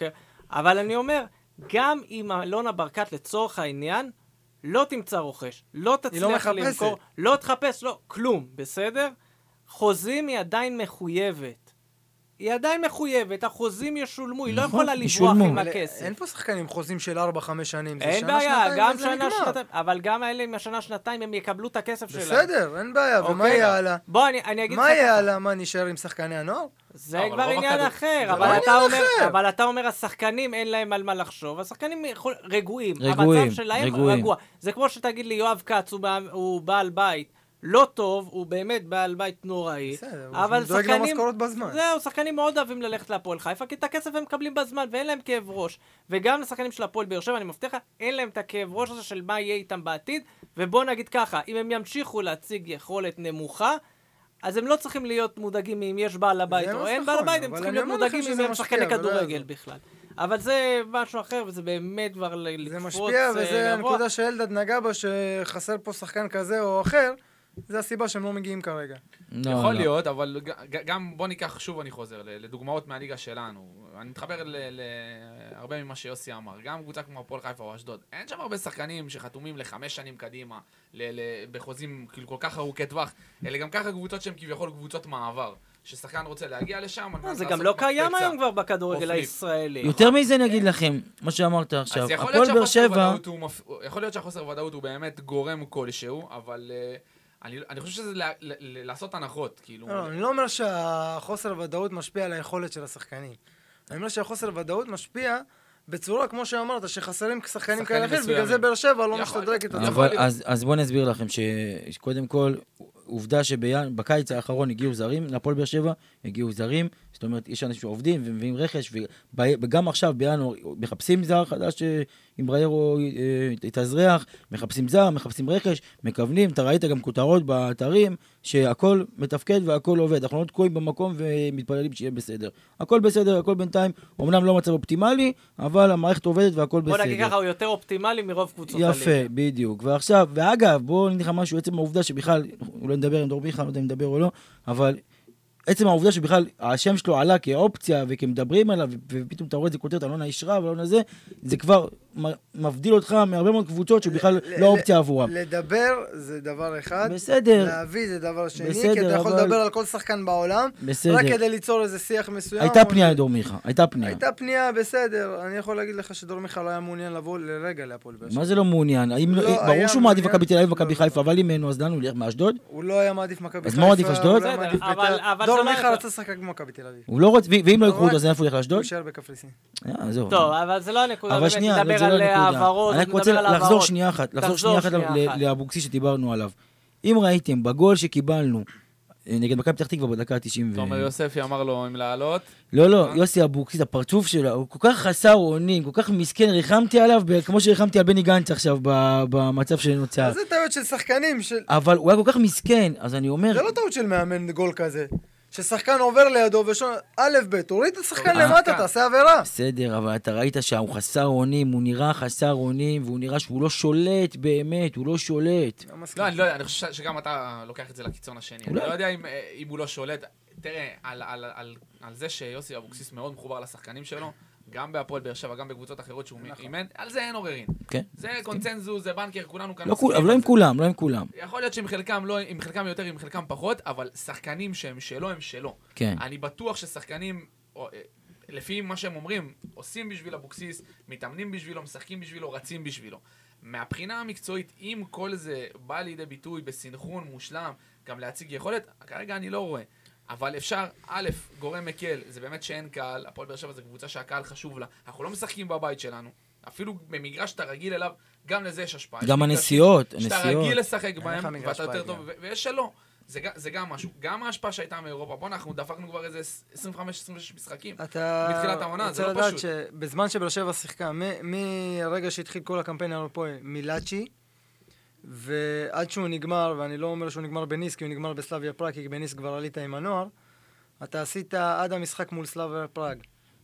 אבל אני אומר, גם אם אלונה ברקת לצורך העניין, לא תמצא רוכש, לא תצליח למכור, לא תחפש, לא, כלום, בסדר? חוזים היא עדיין מחויבת. היא עדיין מחויבת, החוזים ישולמו, היא לא יכולה לברוח עם הכסף. אין פה שחקנים חוזים של ארבע חמש שנים, אין בעיה, גם שנה, שנתיים, אבל גם האלה עם השנה, שנתיים, הם יקבלו את הכסף שלהם. בסדר, אין בעיה, ומה יהיה הלאה? בוא, אני אגיד לך... מה יהיה הלאה? מה, נשאר עם שחקני הנוער? זה כבר עניין אחר, אבל אתה אומר, השחקנים אין להם על מה לחשוב, השחקנים רגועים, המצב שלהם רגוע. זה כמו שתגיד לי, יואב קץ הוא בעל בית, לא טוב, הוא באמת בעל בית נוראי, אבל שחקנים... זהו, שחקנים מאוד אוהבים ללכת להפועל חיפה, כי את הכסף הם מקבלים בזמן, ואין להם כאב ראש. וגם לשחקנים של הפועל באר שבע, אני מבטיח לך, אין להם את הכאב ראש הזה של מה יהיה איתם בעתיד, ובוא נגיד ככה, אם הם ימשיכו להציג יכולת נמוכה, אז הם לא צריכים להיות מודאגים אם יש בעל הבית או אין בעל הבית, הם צריכים להיות מודאגים אם הם שחקני כדורגל בכלל. אבל זה משהו אחר, וזה באמת כבר לקפוץ... זה משפיע, וזה הנקודה שאלדד נגע בה, שחסר פה שחקן כזה או אחר, זה הסיבה שהם לא מגיעים כרגע. יכול להיות, אבל גם בוא ניקח, שוב אני חוזר, לדוגמאות מהליגה שלנו. אני מתחבר להרבה ממה שיוסי אמר. גם קבוצה כמו הפועל חיפה או אשדוד. אין שם הרבה שחקנים שחתומים לחמש שנים קדימה, בחוזים כל כך ארוכי טווח, אלא גם ככה קבוצות שהן כביכול קבוצות מעבר. ששחקן רוצה להגיע לשם... זה גם לא קיים היום כבר בכדורגל הישראלי. יותר מזה נגיד לכם, מה שאמרת עכשיו. אז יכול להיות שהחוסר ודאות הוא באמת גורם כלשהו, אבל... אני, אני חושב שזה לה, לה, לעשות הנחות, כאילו... לא, אני לא אומר שהחוסר ודאות משפיע על היכולת של השחקנים. אני אומר שהחוסר ודאות משפיע בצורה, כמו שאמרת, שחסרים שחקנים כאלה אחרים, בגלל זה באר שבע לא משתדרג את זה. אז, אז בוא נסביר לכם שקודם כל, עובדה שבקיץ האחרון הגיעו זרים, לפועל באר שבע הגיעו זרים, זאת אומרת, יש אנשים שעובדים ומביאים רכש, וגם עכשיו בינואר מחפשים זר חדש, אם בריירו יתאזרח, מחפשים זר, מחפשים רכש, מכוונים, אתה ראית גם כותרות באתרים, שהכל מתפקד והכל עובד, אנחנו לא תקועים במקום ומתפללים שיהיה בסדר. הכל בסדר, הכל בינתיים, אמנם לא מצב אופטימלי, אבל המערכת עובדת והכל בסדר. בוא נגיד ככה, הוא יותר אופטימלי מרוב קבוצות הליגה. יפה, בדיוק. ועכשיו, ואגב, בואו נגיד לך משהו, עצם העובדה שבכלל, אולי נדבר עם דור מיכה, לא יודע אם נדבר או לא, אבל עצם העובדה שבכלל השם שלו עלה כאופציה וכמדברים עליו, ופתאום אתה רואה את זה כותרת, אלונה אישרה ואלונה זה, זה כבר מבדיל אותך מהרבה מאוד קבוצות שבכלל לא אופציה עבורם. לדבר זה דבר אחד, בסדר. להביא זה דבר שני, כי אתה יכול לדבר על כל שחקן בעולם, רק כדי ליצור איזה שיח מסוים. הייתה פנייה לדור מיכה, הייתה פנייה. הייתה פנייה, בסדר. אני יכול להגיד לך שדור מיכה לא היה מעוניין לבוא לרגע להפועל באר שבע. מה זה לא מעוניין? ברור שהוא מעדיף מכבי תל אביב ומכבי חיפה, אבל אם אין, אז לנו נלך מאשדוד? הוא לא היה מעדיף מכבי חיפה. אז מה מעדיף אשדוד? דור מיכה רצה לשחק במכבי תל אביב. הוא לא רוצה, ואם לא יקחו אותו, אז איפה הוא ילך לאשדוד? הוא יישאר בקפריסין. טוב, אבל זה לא הנקודה, באמת נדבר על העברות, אני רוצה לחזור שנייה אחת, לחזור שנייה אחת לאבוקסיס שדיברנו עליו. אם ראיתם, בגול שקיבלנו נגד מכבי פתח תקווה בדקה ה-תשעים... תומר יוספי אמר לו אם לעלות. לא, לא, יוסי אבוקסיס, הפרצוף שלו, הוא כל כך חסר אונים, כל כך מסכן, ריחמתי עליו, כמו שריחמתי על בני גנץ עכשיו במצב שנוצר. זה טעות של שחקנים של... אבל הוא היה כל כך מסכן, אז אני אומר... זה לא טעות של מאמן גול כזה. ששחקן עובר לידו ושון, א' ב', תוריד את השחקן למטה, תעשה עבירה. בסדר, אבל אתה ראית שהוא חסר אונים, הוא נראה חסר אונים, והוא נראה שהוא לא שולט באמת, הוא לא שולט. לא, אני לא יודע, אני חושב שגם אתה לוקח את זה לקיצון השני. אני לא יודע אם הוא לא שולט. תראה, על זה שיוסי אבוקסיס מאוד מחובר לשחקנים שלו, גם בהפועל באר שבע, גם בקבוצות אחרות שהוא אימן, על זה אין עוררין. זה קונצנזוס, זה בנקר, כולנו כאן מסכים. אבל לא עם כולם, לא עם כולם. יכול להיות שעם חלקם יותר, עם חלקם פחות, אבל שחקנים שהם שלו, הם שלו. אני בטוח ששחקנים, לפי מה שהם אומרים, עושים בשביל אבוקסיס, מתאמנים בשבילו, משחקים בשבילו, רצים בשבילו. מהבחינה המקצועית, אם כל זה בא לידי ביטוי בסנכרון מושלם, גם להציג יכולת, כרגע אני לא רואה. אבל אפשר, א', גורם מקל, זה באמת שאין קהל, הפועל באר שבע זה קבוצה שהקהל חשוב לה, אנחנו לא משחקים בבית שלנו, אפילו במגרש שאתה רגיל אליו, גם לזה יש השפעה. גם הנסיעות, הנסיעות. שאתה רגיל לשחק בהם, ואתה יותר טוב, ויש שלא. זה גם משהו. גם ההשפעה שהייתה מאירופה, בוא אנחנו דפקנו כבר איזה עשרים וחמש עשרים ושש משחקים, מתחילת העונה, זה לא פשוט. אתה רוצה לדעת שבזמן שבאר שבע שיחקה, מרגע שהתחיל כל הקמפיין האירופאי, מילאצ'י, ועד שהוא נגמר, ואני לא אומר שהוא נגמר בניס, כי הוא נגמר בסלאביה פראג, כי בניס כבר עלית עם הנוער, אתה עשית עד המשחק מול סלאביה פראג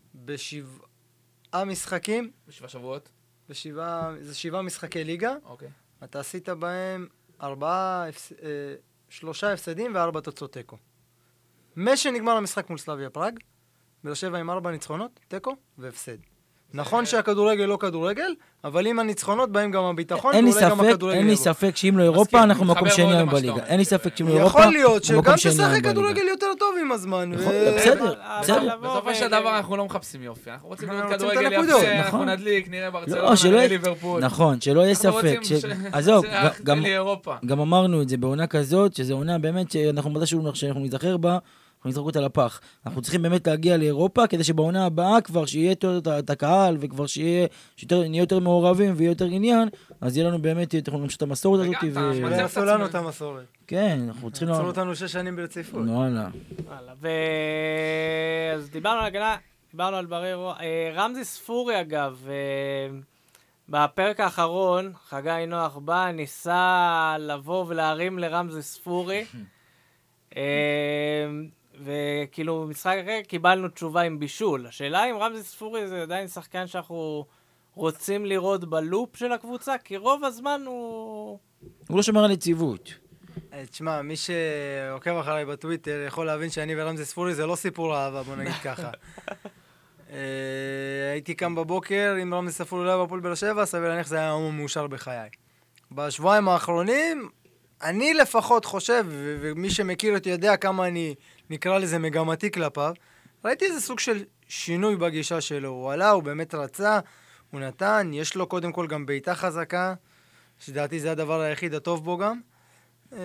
בשבעה משחקים. בשבעה שבועות? בשבעה, זה שבעה משחקי ליגה. אוקיי. אתה עשית בהם ארבעה, אה, שלושה הפסדים וארבע תוצאות תיקו. מה שנגמר המשחק מול סלאביה פראג, באר שבע עם ארבע ניצחונות, תיקו והפסד. נכון שהכדורגל לא כדורגל, אבל עם הניצחונות באים גם הביטחון, אין לי ואולי גם ספק, הכדורגל אין לי יבוא. ספק שאם לא אירופה, אנחנו מקום שני היום בליגה. אין לי ספק שאם לא אירופה, יכול להיות אנחנו מקום שגם שני היום תשחק בליגה. כדורגל יותר טוב עם הזמן. יכול ו- להיות, בסדר, אבל- בסדר. אבל- בסופו של דבר אנחנו לא מחפשים יופי, אנחנו רוצים אנחנו לראות רוצים את כדורגל הנקודות, יפה, אנחנו נכון. נדליק, נראה לא, ברצלונה, שלא נראה יהיה- ליברפול. נכון, שלא יהיה אנחנו ספק. רוצים ש- ש- עזוב, שרק גם- תן לי אירופה. גם אמרנו את זה בעונה כזאת, שזו עונה באמת שאנחנו מתישהו שאנחנו נזכר בה, אנחנו נזרוק אותה לפח. אנחנו צריכים באמת להגיע לאירופה, כדי שבעונה הבאה כבר שיהיה יותר את הקהל, וכבר שיהיה, שנהיה יותר מעורבים ויהיה יותר עניין, אז יהיה לנו באמת, אנחנו נמשיך את המסורת הזאת. וגם אתה ו- מצליח- ויעשו לנו את המסורת. כן, אנחנו צריכים... עצרו לה- אותנו שש שנים ברציפות. וואלה. וואלה, ו... אז דיברנו על הגנה, דיברנו על בררו. אה, רמזי ספורי, אגב, אה, בפרק האחרון, חגי נוח בא, ניסה לבוא ולהרים לרמזי ספורי. אה, וכאילו, משחק אחר, קיבלנו תשובה עם בישול. השאלה אם רמזי ספורי זה עדיין שחקן שאנחנו רוצים לראות בלופ של הקבוצה, כי רוב הזמן הוא... הוא לא שומר על יציבות. אה, תשמע, מי שעוקב אחריי בטוויטר יכול להבין שאני ורמזי ספורי זה לא סיפור אהבה, בוא נגיד ככה. אה, הייתי קם בבוקר עם רמזי ספורי לא היה בפועל באר שבע, סביר להניח זה היה היום המאושר בחיי. בשבועיים האחרונים, אני לפחות חושב, ו- ומי שמכיר אותי יודע כמה אני, נקרא לזה מגמתי כלפיו, ראיתי איזה סוג של שינוי בגישה שלו. הוא עלה, הוא באמת רצה, הוא נתן, יש לו קודם כל גם בעיטה חזקה, שדעתי זה הדבר היחיד הטוב בו גם. אה,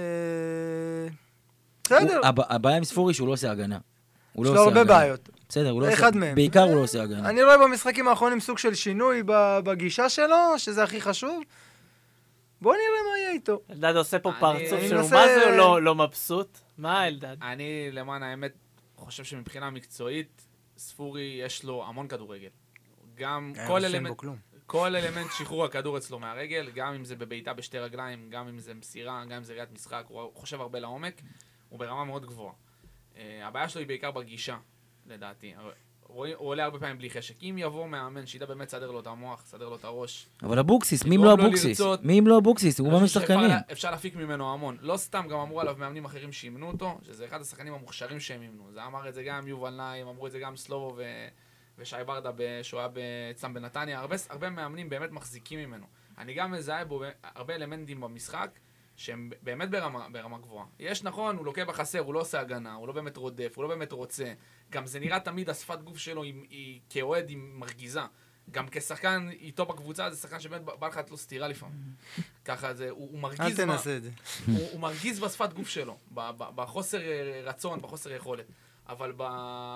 בסדר, הוא- הב- הבעיה עם ספורי שהוא לא עושה הגנה. הוא לא יש לו עושה הרבה הגנה. בעיות. בסדר, הוא לא זה עושה... אחד מהם. בעיקר הוא לא עושה הגנה. אני רואה במשחקים האחרונים סוג של שינוי ב- בגישה שלו, שזה הכי חשוב. בוא נראה מה יהיה איתו. אלדד עושה פה אני- פרצוף אני שלו, מנסה- מה זה הוא לא- לא מבסוט? מה אלדד? אני, למען האמת, חושב שמבחינה מקצועית, ספורי יש לו המון כדורגל. גם כל אלמנט, כל אלמנט שחרור הכדור אצלו מהרגל, גם אם זה בביתה בשתי רגליים, גם אם זה מסירה, גם אם זה ראיית משחק, הוא חושב הרבה לעומק, הוא ברמה מאוד גבוהה. Uh, הבעיה שלו היא בעיקר בגישה, לדעתי. הוא עולה הרבה פעמים בלי חשק. אם יבוא מאמן שידע באמת סדר לו את המוח, סדר לו את הראש. אבל אבוקסיס, מי אם לגרום לא לו אבוקסיס? לרצות. מי אם לא אבוקסיס? הוא אני ממש חושב שאפשר שחקנים. לה- אפשר להפיק ממנו המון. לא סתם גם אמרו עליו מאמנים אחרים שאימנו אותו, שזה אחד השחקנים המוכשרים שהם אימנו. זה אמר את זה גם יובל נעים, אמרו את זה גם סלובו ו... ושי ברדה ב... שהוא היה אצלם בנתניה. הרבה, הרבה מאמנים באמת מחזיקים ממנו. אני גם מזהה בו הרבה אלמנטים במשחק שהם באמת ברמה, ברמה גבוהה. יש נכון, הוא לוקה בחסר, הוא לא עושה הגנה, הוא לא באמת רודף, הוא לא באמת רוצה. גם זה נראה תמיד, השפת גוף שלו היא, היא כאוהד, היא מרגיזה. גם כשחקן איתו בקבוצה, זה שחקן שבאמת בא לך לו סתירה לפעמים. ככה זה, הוא, הוא מרגיז... אל מה- תנסה את זה. הוא, הוא מרגיז בשפת גוף שלו, ב- ב- בחוסר אה, רצון, בחוסר יכולת. אבל ב,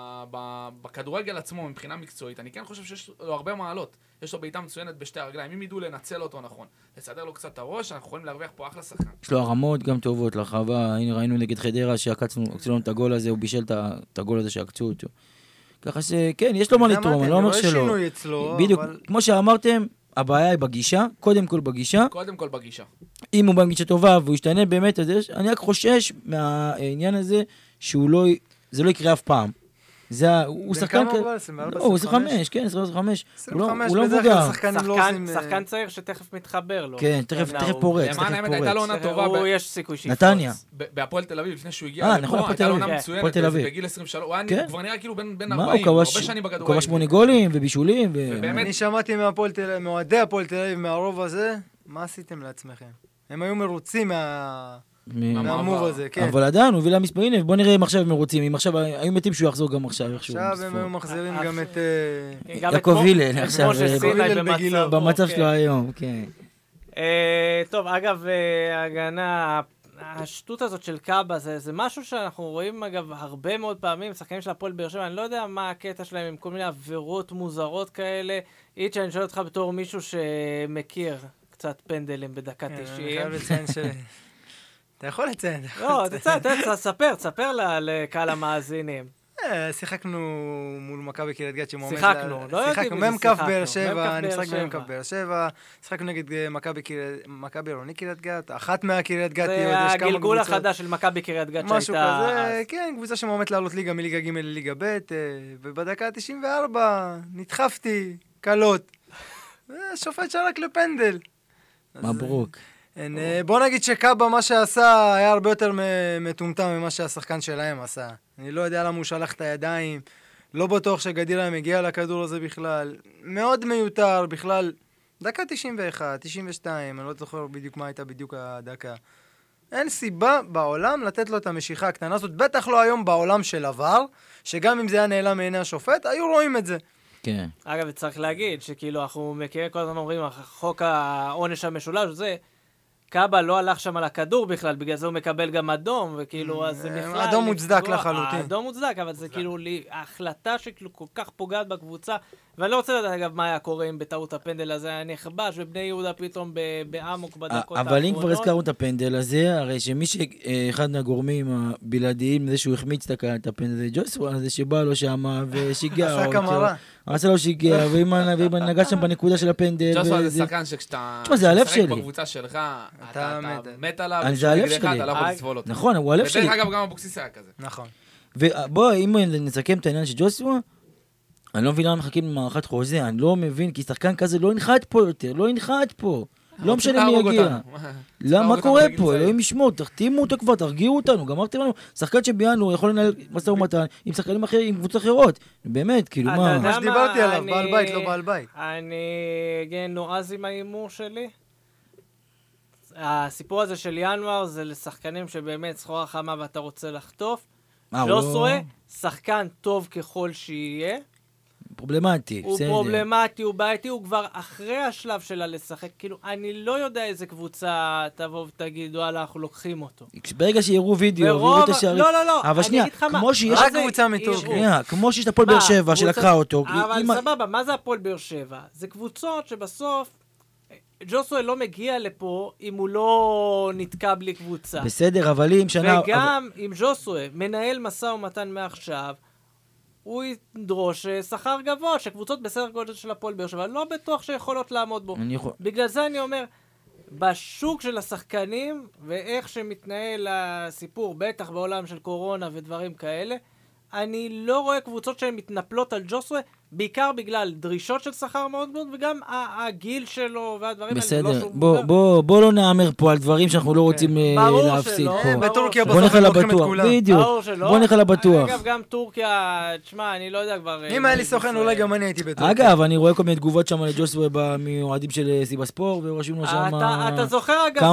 ב, בכדורגל עצמו, מבחינה מקצועית, אני כן חושב שיש לו הרבה מעלות. יש לו בעיטה מצוינת בשתי הרגליים. אם ידעו לנצל אותו נכון, לסדר לו קצת את הראש, אנחנו יכולים להרוויח פה אחלה שחקן. יש לו הרמות גם טובות לרחבה. הנה ראינו נגד חדרה שעקצנו לנו את הגול הזה, הוא בישל את ה- את הגול הזה שעקצו אותו. ככה שכן, יש לו מה זה לתרום, אמרתי, אני לא אומר רואה שלא. שינוי אצלו, בדיוק, אבל- כמו שאמרתם, הבעיה היא בגישה, קודם כל בגישה. קודם כל בגישה. אם הוא בגישה טובה והוא ישתנה באמת, אז יש- אני רק חושש מהעניין הזה שהוא לא, זה לא יקרה אף פעם. זה, ה- הוא בן שחקן כמה כזה, הוא? עשרים וארבע, לא, הוא עשרים וחמש? עשרים וחמש, כן, עשרים וחמש, הוא לא- עשרים וחמש, הוא לא בדרך כלל מבוגר. שחקנים לא שחקן, עושים... אה, שחקן צעיר שתכף מתחבר לו. כן, תכף לא, תכף הוא- פורץ, למען תכף האמת, הייתה לו פורץ. עונה טובה. הוא ב- יש סיכוי שיפרוץ. נתניה. ב- בהפועל תל אביב, לפני שהוא הגיע אה, לפה, נכון, הפועל הייתה תל לו אביב. עונה כן. מצוינת, הפועל תל אביב. בגיל עשרים ושלוש, הוא היה כן. כבר נראה כאילו בן בן מה, הוא ארבעים, הוא כבש- הרבה שנים הוא בכדורגל. כבש שמונה גולים ובישולים. ו- ובאמת- אני שמעתי מהפועל תל אביב, מאוהדי הפועל תל אביב, מהרוב הזה, מה עשיתם לעצמכם? הם היו מרוצים מה- מ- מהמעבר. מהמוב הזה, כן. אבל עדיין, הוא הביא להם מספרים, בוא נראה אם עכשיו הם מרוצים, אם עכשיו היו מתים שהוא יחזור גם עכשיו, איכשהו. עכשיו בספורט. הם היו מחזירים אה, גם את... אה, גם יעקב את הלל, כמו- עכשיו, כמו אה, שסיני הלל במצב. בגילו. במצב כן. שלו היום, כן. אה, טוב, אגב, אה, ההגנה, השטות הזאת של קאבה, זה, זה משהו שאנחנו רואים, אגב, הרבה מאוד פעמים, שחקנים של הפועל באר שבע, אני לא יודע מה הקטע שלהם עם כל מיני עבירות מוזרות כאלה. איץ', אני שואל אותך בתור מישהו שמכיר קצת פנדלים בדקה כן, אני תשעים. חייב לציין ש... אתה יכול לציין. אתה יכול לא, לציין. תצא, תספר, תספר ל- לקהל המאזינים. אה, שיחקנו מול מכבי קריית גת שמועמד... שיחקנו, לא יודעים שיחקנו, מי זה מ"כ שיחקנו, באר מ"כ שבע, אני באר משחק במ"כ שבע. באר שבע, שיחקנו נגד אה, מכבי קריית- מכבי עירוני קריית גת, אחת מהקריית גת, זה יש כמה הגלגול קבוצות. החדש של מכבי קריית גת משהו שהייתה כזה, אז. כן, קבוצה שמועמדת לעלות ליגה מליגה ג' לליגה ב', אה, ובדקה ה-תשעים וארבע נדחפתי, קלות. השופט שרק לפנדל. אז, מברוק. אין, אה, בוא נגיד שקאבה מה שעשה היה הרבה יותר מ- מטומטם ממה שהשחקן שלהם עשה. אני לא יודע למה הוא שלח את הידיים, לא בטוח שגדילה מגיע לכדור הזה בכלל. מאוד מיותר בכלל. דקה תשעים ואחת, תשעים ושתיים, אני לא זוכר בדיוק מה הייתה בדיוק הדקה. אין סיבה בעולם לתת לו את המשיכה הקטנה הזאת, בטח לא היום בעולם של עבר, שגם אם זה היה נעלם מעיני השופט, היו רואים את זה. כן. אגב, צריך להגיד שכאילו אנחנו מכירים כל הזמן אומרים, חוק העונש המשולש, זה, קאבה לא הלך שם על הכדור בכלל, בגלל זה הוא מקבל גם אדום, וכאילו, אז זה בכלל... אדום מוצדק לחלוטין. אדום מוצדק, אבל זה כאילו ההחלטה שכאילו כל כך פוגעת בקבוצה, ואני לא רוצה לדעת, אגב, מה היה קורה אם בטעות הפנדל הזה היה נכבש, ובני יהודה פתאום באמוק בדקות האחרונות. אבל אם כבר הזכרנו את הפנדל הזה, הרי שמי שאחד מהגורמים הבלעדיים, זה שהוא החמיץ את הפנדל, זה ג'וסווה, זה שבא לו שם ושיגע עשה כמרה. עשה לו שיגע, ואם נגע שם בנקודה של הפנדל... ג'וסווה זה שחקן שכשאתה... תשמע, זה הלב שלי. בקבוצה שלך, אתה מת עליו, זה הלב שלי. אתה לא יכול לסבול אותו. נכון, הוא הלב שלי. ודרך אגב, גם אבוקסיס היה כזה. נכון. ובוא, אם נסכם את העניין של ג'וסווה, אני לא מבין למה מחכים למערכת חוזה, אני לא מבין, כי שחקן כזה לא ינחת פה יותר, לא ינחת פה. לא משנה מי יגיע. למה, מה קורה פה? אלוהים ישמור, תחתימו אותו כבר, תרגיעו אותנו. גמרתם לנו, שחקן שביננו יכול לנהל משא ומתן עם שחקנים אחרים, עם קבוצות אחרות. באמת, כאילו מה... מה שדיברתי עליו, בעל בית, לא בעל בית. אני אגן נועז עם האימור שלי. הסיפור הזה של ינואר זה לשחקנים שבאמת סחורה חמה ואתה רוצה לחטוף. ג'וסווה, שחקן טוב ככל שיהיה. פרובלמטי, הוא פרובלמטי, הוא בעייתי, הוא כבר אחרי השלב שלה לשחק. כאילו, אני לא יודע איזה קבוצה תבוא ותגיד, וואלה, אנחנו לוקחים אותו. ברגע שיראו וידאו, ויראו את השערים. לא, לא, לא, אבל שנייה, כמו שיש... רק קבוצה מטורקיה. כמו שיש את הפועל באר שבע שלקחה אותו. אבל סבבה, מה זה הפועל באר שבע? זה קבוצות שבסוף... ג'וסווה לא מגיע לפה אם הוא לא נתקע בלי קבוצה. בסדר, אבל אם שנה... וגם אם ג'וסווה מנהל משא ומתן מעכשיו, הוא ידרוש שכר גבוה, שקבוצות בסדר גודל של הפועל באר שבע, לא בטוח שיכולות לעמוד בו. יכול... בגלל זה אני אומר, בשוק של השחקנים, ואיך שמתנהל הסיפור, בטח בעולם של קורונה ודברים כאלה, אני לא רואה קבוצות שהן מתנפלות על ג'וסווה, בעיקר בגלל דרישות של שכר מאוד מאוד, וגם הגיל שלו והדברים האלה. בסדר, בוא, בוא, בוא לא נאמר פה על דברים שאנחנו לא רוצים להפסיד פה. בטורקיה בסוף הם לוקחים את כולם. בדיוק, בוא נלך לבטוח. אגב, גם טורקיה, תשמע, אני לא יודע כבר... אם היה לי סוכן, אולי גם אני הייתי בטורקיה. אגב, אני רואה כל מיני תגובות שם לג'וסווה מיועדים של סיבה ספורט, ורושמים לו שם... אתה זוכר אגב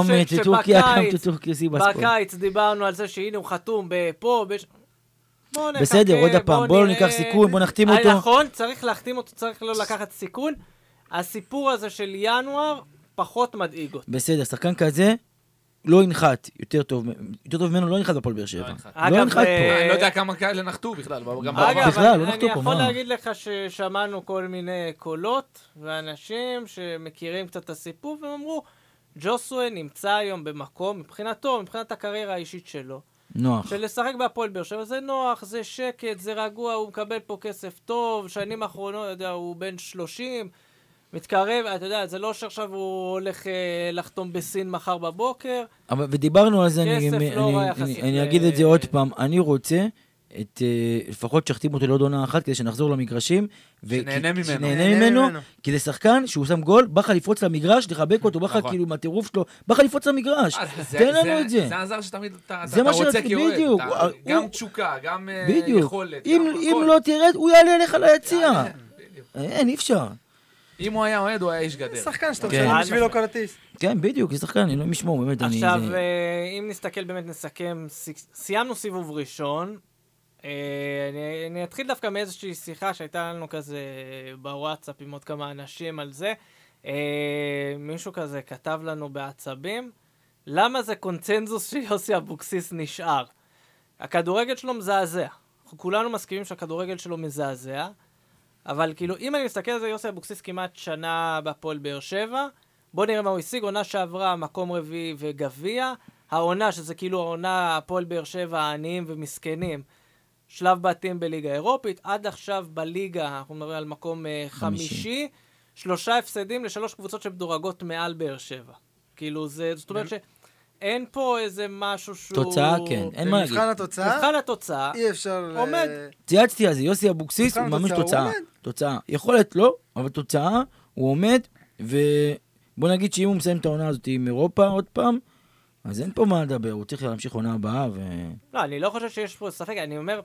שבקיץ דיברנו על זה שהנה הוא חתום בפה, בסדר, עוד הפעם, בואו ניקח סיכון, בואו נחתים אותו. נכון, צריך להחתים אותו, צריך לא לקחת סיכון. הסיפור הזה של ינואר פחות מדאיג אותו. בסדר, שחקן כזה לא ינחת, יותר טוב, יותר טוב ממנו לא ינחת בפועל באר שבע. לא ינחת פה. אני לא יודע כמה כאלה נחתו בכלל. אגב, אני יכול להגיד לך ששמענו כל מיני קולות ואנשים שמכירים קצת את הסיפור, והם אמרו, ג'וסווה נמצא היום במקום, מבחינתו, מבחינת הקריירה האישית שלו, נוח. שלשחק בהפועל באר שבע זה נוח, זה שקט, זה רגוע, הוא מקבל פה כסף טוב, שנים האחרונות, יודע, הוא בן שלושים, מתקרב, אתה יודע, זה לא שעכשיו הוא הולך אה, לחתום בסין מחר בבוקר. אבל, ודיברנו על זה, כסף אני, לא אני, רע אני, יחסית. אני אגיד את זה עוד פעם, אני רוצה, את, לפחות שחתים אותו לעוד עונה אחת, כדי שנחזור למגרשים, שנהנה ממנו. שנהנה ממנו, כי זה שחקן שהוא שם גול, בא לך לפרוץ למגרש, לחבק אותו, בא לך כאילו מהטירוף שלו, בא לך לפרוץ למגרש, תן לנו את זה. זה עזר שתמיד אתה רוצה כאוהד, גם תשוקה, גם יכולת. אם לא תרד, הוא יעלה לך ליציאה. אין, אי אפשר. אם הוא היה אוהד, הוא היה איש גדר. שחקן שאתה משלם בשבילו כרטיס. כן, בדיוק, שחקן, אני לא משמור, באמת. עכשיו, אם נסתכל, באמת נסכם, סיימנו סיבוב ראשון, אני, אני אתחיל דווקא מאיזושהי שיחה שהייתה לנו כזה בוואטסאפ עם עוד כמה אנשים על זה. מישהו כזה כתב לנו בעצבים, למה זה קונצנזוס שיוסי אבוקסיס נשאר? הכדורגל שלו מזעזע. אנחנו כולנו מסכימים שהכדורגל שלו מזעזע, אבל כאילו אם אני מסתכל על זה, יוסי אבוקסיס כמעט שנה בפועל באר שבע, בוא נראה מה הוא השיג, עונה שעברה, מקום רביעי וגביע, העונה שזה כאילו העונה הפועל באר שבע העניים ומסכנים, שלב בתים בליגה אירופית, עד עכשיו בליגה, אנחנו מדברים על מקום uh, חמישי, חמישי, שלושה הפסדים לשלוש קבוצות שמדורגות מעל באר שבע. כאילו זה, זאת אומרת שאין פה איזה משהו שהוא... תוצאה, כן, אין מה להגיד. במבחן התוצאה, מבחן התוצאה, אי אפשר... עומד. צייצתי על זה, יוסי אבוקסיס הוא ממש תוצאה. תוצאה. יכולת לא, אבל תוצאה, הוא עומד, ובוא נגיד שאם הוא מסיים את העונה הזאת עם אירופה עוד פעם, אז אין פה מה לדבר, הוא צריך להמשיך עונה הבאה ו... לא, אני לא חושב שיש פה ספק, אני אומר,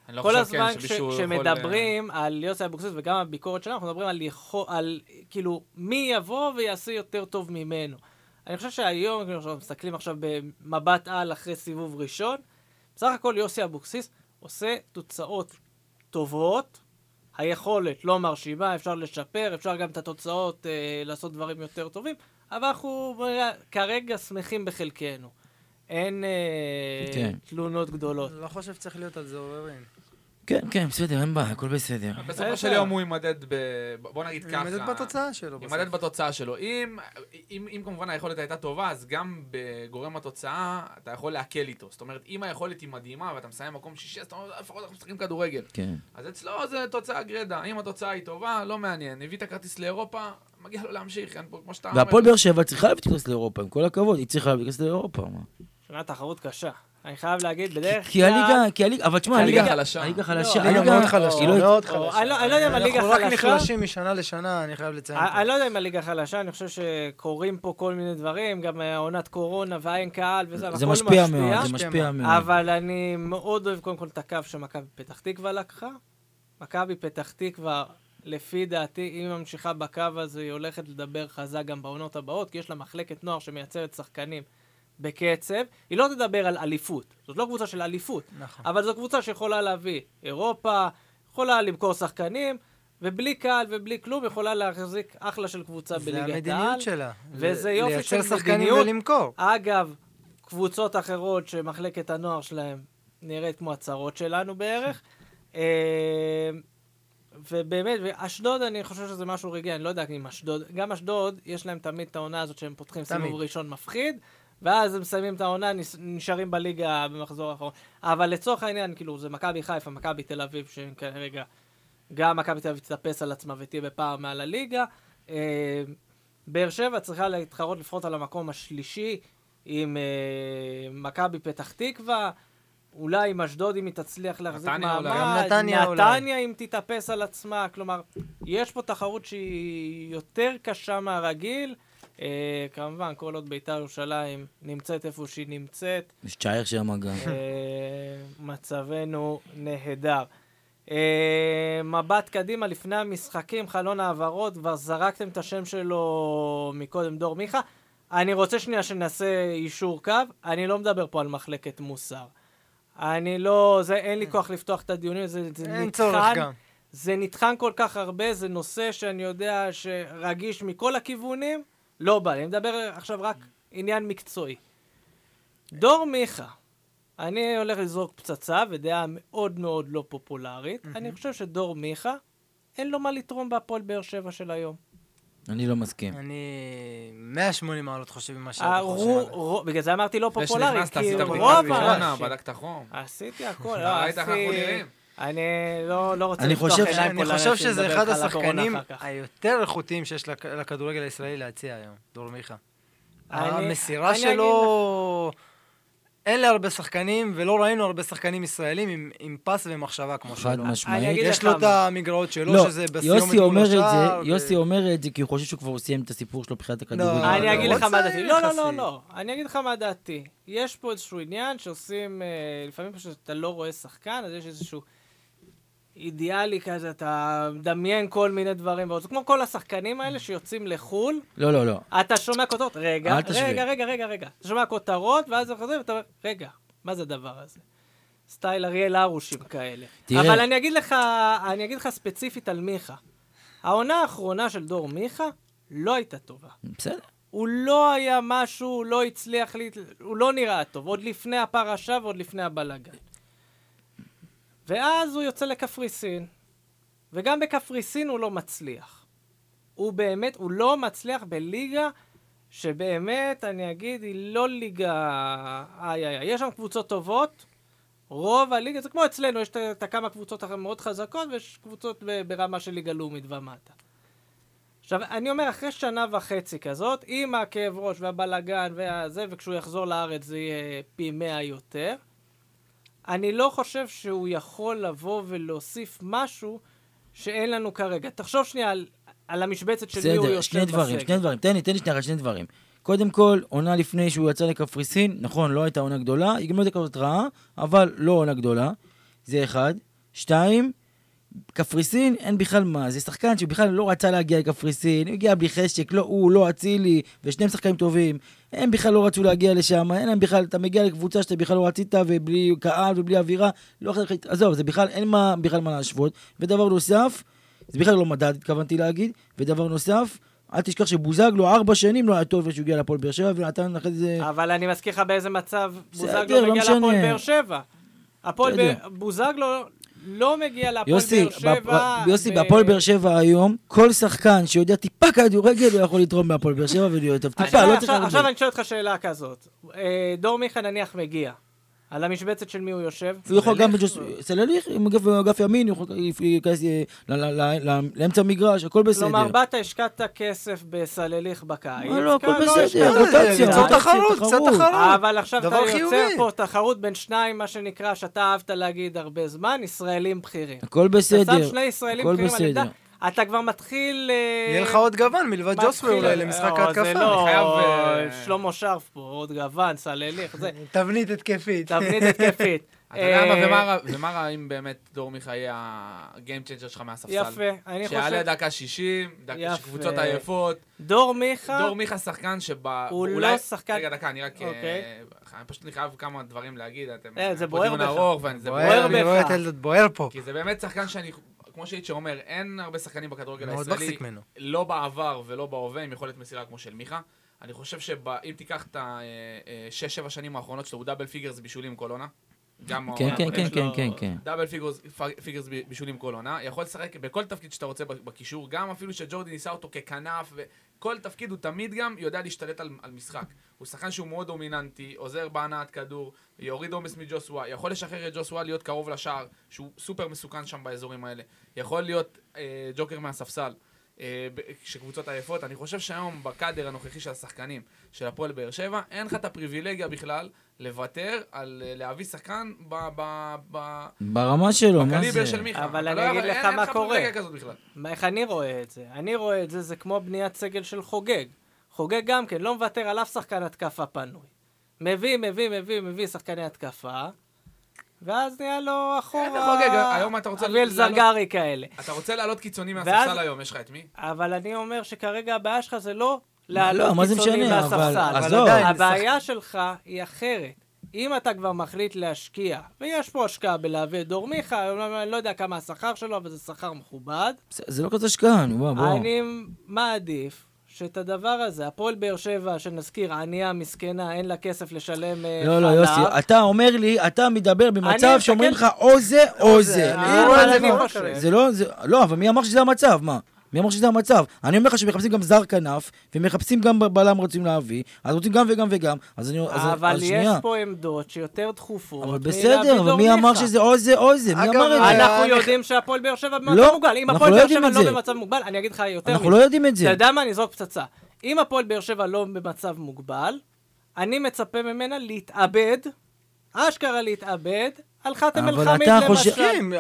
אני לא כל חושב, הזמן כן, כש- שמישהו יכול... כשמדברים על יוסי אבוקסיס וגם הביקורת שלנו, אנחנו מדברים על, יכול, על כאילו מי יבוא ויעשה יותר טוב ממנו. אני חושב שהיום, אנחנו מסתכלים עכשיו במבט על אחרי סיבוב ראשון, בסך הכל יוסי אבוקסיס עושה תוצאות טובות, היכולת לא מרשימה, אפשר לשפר, אפשר גם את התוצאות אה, לעשות דברים יותר טובים, אבל אנחנו אה, כרגע שמחים בחלקנו. אין אה, כן. תלונות גדולות. לא חושב שצריך להיות על זה עוררין. כן, כן, בסדר, אין בעיה, הכל בסדר. בסופו של יום הוא יימדד ב... בוא נגיד ככה. יימדד בתוצאה שלו. יימדד בתוצאה שלו. אם, אם, אם כמובן היכולת הייתה טובה, אז גם בגורם התוצאה אתה יכול להקל איתו. זאת אומרת, אם היכולת היא מדהימה ואתה מסיים מקום שישי, אז אתה אומר, לפחות אנחנו משחקים כדורגל. כן. אז אצלו זה תוצאה גרדה. אם התוצאה היא טובה, לא מעניין. הביא את הכרטיס לאירופה, מגיע לו להמשיך. אין פה, כמו שאתה אומר. והפועל באר שבע צריכה להביא כרטיס לאירופה, עם כל הכבוד, היא צריכה להביא כרטיס לאירופה. מה? שונה תחרות קשה. אני חייב להגיד, בדרך כלל... כי הליגה, כי הליגה, אבל תשמע, הליגה הליגה חלשה. הליגה חלשה, לא, הליגה מאוד חלשה, היא לא- מאוד או, חלשה. אני לא- אני לא יודע אם הליגה אנחנו רק חלשה. נחלשים משנה לשנה, אני חייב לציין. אני אני לא יודע אם הליגה חלשה, אני חושב שקורים פה כל מיני דברים, גם עונת קורונה ואין קהל וזה, זה הכל משפיע מאוד, זה משפיע מאוד. אבל אני מאוד אוהב קודם כל את הקו שמכבי פתח תקווה לקחה. מכבי פתח תקווה, לפי דעתי, אם היא ממשיכה בקו הזה, היא הולכת לדבר חזק גם בעונות הבאות, כי יש לה מחלקת נוער שמייצרת שחקנים בקצב. היא לא תדבר על אליפות, זאת לא קבוצה של אליפות, נכון. אבל זו קבוצה שיכולה להביא אירופה, יכולה למכור שחקנים, ובלי קהל ובלי כלום יכולה להחזיק אחלה של קבוצה בליגת העל. זה המדיניות שלה. וזה יופי של לייצר שחקנים מדיניות. ולמכור. אגב, קבוצות אחרות שמחלקת הנוער שלהם נראית כמו הצרות שלנו בערך. אה, ובאמת, ואשדוד אני חושב שזה משהו רגעי, אני לא יודע אם אשדוד, גם אשדוד יש להם תמיד את העונה הזאת שהם פותחים תמיד. סיבוב ראשון מפחיד, ואז הם מסיימים את העונה, נשארים בליגה במחזור האחרון. אבל לצורך העניין, כאילו, זה מכבי חיפה, מכבי תל אביב, שכרגע גם מכבי תל אביב תתאפס על עצמה ותהיה בפער מעל הליגה. אה, באר שבע צריכה להתחרות לפחות על המקום השלישי עם אה, מכבי פתח תקווה, אולי עם אשדוד אם היא תצליח להחזיק נתניה מעמד, אולי. גם נתניה אולי. נתניה אם תתאפס על עצמה, כלומר, יש פה תחרות שהיא יותר קשה מהרגיל, אה, כמובן, כל עוד בית"ר ירושלים נמצאת איפה שהיא נמצאת, יש צ'ייר שם גם. אה, מצבנו נהדר. אה, מבט קדימה לפני המשחקים, חלון העברות, כבר זרקתם את השם שלו מקודם, דור מיכה. אני רוצה שנייה שנעשה אישור קו, אני לא מדבר פה על מחלקת מוסר. אני לא, זה, אין לי כוח לפתוח את הדיונים, זה, זה אין נטחן, צורך גם. זה נטחן כל כך הרבה, זה נושא שאני יודע שרגיש מכל הכיוונים, לא בא לי, אני מדבר עכשיו רק עניין מקצועי. דור מיכה, אני הולך לזרוק פצצה ודעה מאוד מאוד לא פופולרית, אני חושב שדור מיכה, אין לו מה לתרום בהפועל באר שבע של היום. אני לא מסכים. אני מאה ושמונים מעלות חושב ממה שאתה הרו- חושב. רו- בגלל זה אמרתי לא לפני פופולרי, שנכנסת, כי עשית רוב בדיקת קורונה, האנשים... בדקת חום. עשיתי הכל, לא, ראית איך אנחנו עשיתי... נראים? אני לא, לא רוצה אני לפתוח חושב ש- עיניים פה אני חושב לאנשים, שזה לדבר אחד איתך על הקורונה השחקנים אחר כך. היותר איכותיים שיש לכ- לכדורגל הישראלי להציע היום, דור מיכה. אני- המסירה אני אגיד שלו... אין להרבה שחקנים, ולא ראינו הרבה שחקנים ישראלים עם, עם פס ומחשבה כמו חד שלו. אני משמעית. אגיד יש לך לו את מה. המגרעות שלו, לא, שזה בסיומת יוסי מול אומר את השער. זה, יוסי אומר את זה כי הוא חושב שהוא כבר סיים את הסיפור שלו מבחינת הכדורגל. לא, אני אגיד לא, לך הוא מה צעיר דעתי. לא, לא, לא, יחסית. לא. אני אגיד לך מה דעתי. יש פה איזשהו עניין שעושים, אה, לפעמים פשוט אתה לא רואה שחקן, אז יש איזשהו אידיאלי כזה, אתה מדמיין כל מיני דברים, ועוד, זה כמו כל השחקנים האלה שיוצאים לחול, לא, לא, לא. אתה שומע כותרות, רגע, אל תשווה. רגע, רגע, רגע, רגע. אתה שומע כותרות, ואז אתה חוזר ואתה אומר, רגע, מה זה הדבר הזה? סטייל אריאל ארושים כאלה. תראה. אבל אני אגיד לך, אני אגיד לך ספציפית על מיכה. העונה האחרונה של דור מיכה לא הייתה טובה. בסדר. הוא לא היה משהו, הוא לא הצליח, לי, הוא לא נראה טוב, עוד לפני הפרשה ועוד לפני הבלגן. ואז הוא יוצא לקפריסין, וגם בקפריסין הוא לא מצליח. הוא באמת, הוא לא מצליח בליגה שבאמת, אני אגיד, היא לא ליגה... איי, איי, איי. יש שם קבוצות טובות, רוב הליגה, זה כמו אצלנו, יש את כמה קבוצות מאוד חזקות, ויש קבוצות ב- ברמה של ליגה לאומית ומטה. עכשיו, אני אומר, אחרי שנה וחצי כזאת, עם הכאב ראש והבלגן והזה, וכשהוא יחזור לארץ זה יהיה פי מאה יותר, אני לא חושב שהוא יכול לבוא ולהוסיף משהו שאין לנו כרגע. תחשוב שנייה על, על המשבצת של מי הוא בסדר, יושב שני דברים, בסגל. שני דברים. תן לי, תן לי שנייה, שני דברים. קודם כל, עונה לפני שהוא יצא לקפריסין, נכון, לא הייתה עונה גדולה, היא גם לא הייתה כזאת רעה, אבל לא עונה גדולה. זה אחד. שתיים, קפריסין, אין בכלל מה, זה שחקן שבכלל לא רצה להגיע לקפריסין, הוא הגיע בלי חשק, לא הוא, לא אצילי, ושניהם שחקנים טובים, הם בכלל לא רצו להגיע לשם, אין להם בכלל, אתה מגיע לקבוצה שאתה בכלל לא רצית, ובלי קהל ובלי אווירה, לא יכול, עזוב, זה בכלל, אין מה, בכלל מה להשוות, ודבר נוסף, זה בכלל לא מדד, התכוונתי להגיד, ודבר נוסף, אל תשכח שבוזגלו ארבע שנים לא היה טוב שהוא הגיע לפועל באר שבע, ונתן אחרי זה... אבל אני מזכיר לך באיזה מצב בוזגלו מגיע לפועל באר שבע. הפועל בוזגלו לא מגיע לפועל באר שבע. יוסי, בהפועל באר שבע היום, כל שחקן שיודע טיפה כדורגל, הוא יכול לתרום מהפועל באר שבע ולהיות טוב. טיפה, לא צריך... עכשיו אני שואל אותך שאלה כזאת. דור מיכה נניח מגיע. על המשבצת של מי הוא יושב? הוא יכול גם סלליך, עם אגף ימין, הוא יכול להיכנס לאמצע המגרש, הכל בסדר. כלומר, באת, השקעת כסף בסלליך בקיץ. לא, הכל בסדר, רוטציה. קצת תחרות, קצת תחרות. אבל עכשיו אתה יוצר פה תחרות בין שניים, מה שנקרא, שאתה אהבת להגיד הרבה זמן, ישראלים בכירים. הכל בסדר. אתה שם שני ישראלים בכירים על עמדה. אתה כבר מתחיל... יהיה לך עוד גוון מלבד ג'וסווה אולי למשחק ההתקפה. זה לא, שלמה שרף פה, עוד גוון, סלליך, זה... תבנית התקפית. תבנית התקפית. אתה יודע מה, ומה רע אם באמת דור מיכה יהיה הגיים צ'יינג'ר שלך מהספסל? יפה, אני חושב... שיעלה דקה שישים, דקה שקבוצות עייפות. דור מיכה... דור מיכה שחקן שבה... הוא לא שחקן... רגע, דקה, אני רק... אני פשוט חייב כמה דברים להגיד. זה בוער בך. זה בוער אני רואה את אלדד בוער פה. כי זה באמת שחקן שאני... כמו שאיצ'ה אומר, אין הרבה שחקנים בכדורגל הישראלי, לא בעבר ולא בהווה, עם יכולת מסירה כמו של מיכה. אני חושב שאם תיקח את השש שבע שנים האחרונות שלו, הוא דאבל פיגרס בישולים כל עונה. כן, כן, כן, כן, כן, כן. דאבל פיגרס בישולים כל עונה. יכול לשחק בכל תפקיד שאתה רוצה בקישור, גם אפילו שג'ורדי ניסה אותו ככנף, וכל תפקיד הוא תמיד גם יודע להשתלט על, על משחק. הוא שחקן שהוא מאוד דומיננטי, עוזר בהנעת כדור, יוריד עומס מג'וסווה, יכול לשחרר את ג'וסווה להיות קרוב לשער, שהוא סופר מסוכן שם באזורים האלה. יכול להיות אה, ג'וקר מהספסל. שקבוצות עייפות, אני חושב שהיום בקאדר הנוכחי של השחקנים של הפועל באר שבע, אין לך את הפריבילגיה בכלל לוותר על להביא שחקן ברמה שלו, מה בקליבר זה? של מיכה. אבל אני אגיד לך מה קורה. מה, איך אני רואה את זה? אני רואה את זה, זה כמו בניית סגל של חוגג. חוגג גם כן, לא מוותר על אף שחקן התקפה פנוי. מביא, מביא, מביא, מביא שחקני התקפה, ואז נהיה לו אחורה... היום אתה רוצה... אביאל זרגרי כאלה. אתה רוצה לעלות קיצוני מהספסל היום, יש לך את מי? אבל אני אומר שכרגע הבעיה שלך זה לא לעלות לא, קיצוני מהספסל. אבל הבעיה שלך היא אחרת. אם אתה כבר מחליט להשקיע, ויש פה השקעה בלהביא את דור מיכה, אני לא יודע כמה השכר שלו, אבל זה שכר מכובד. זה לא כזה השקעה, בוא, בוא. אני מעדיף שאת הדבר הזה, הפועל באר שבע, שנזכיר, הענייה מסכנה, אין לה כסף לשלם חלב. לא, לא, יוסי, אתה אומר לי, אתה מדבר במצב שאומרים לך או זה או זה. זה לא, לא, אבל מי אמר שזה המצב, מה? מי אמר שזה המצב? אני אומר לך שמחפשים גם זר כנף, ומחפשים גם בלם רוצים להביא, אז רוצים גם וגם וגם, אז אני... אבל יש פה עמדות שיותר דחופות. אבל בסדר, אבל מי אמר שזה או זה או זה? מי אמר את זה? אנחנו יודעים שהפועל באר שבע במצב מוגבל. אם הפועל באר שבע לא במצב מוגבל, אני אגיד לך יותר מזה. אנחנו לא יודעים את זה. אתה יודע מה? אני זרוק פצצה. אם הפועל באר שבע לא במצב מוגבל, אני מצפה ממנה להתאבד, אשכרה להתאבד, על חתם אל-חמיד למשל.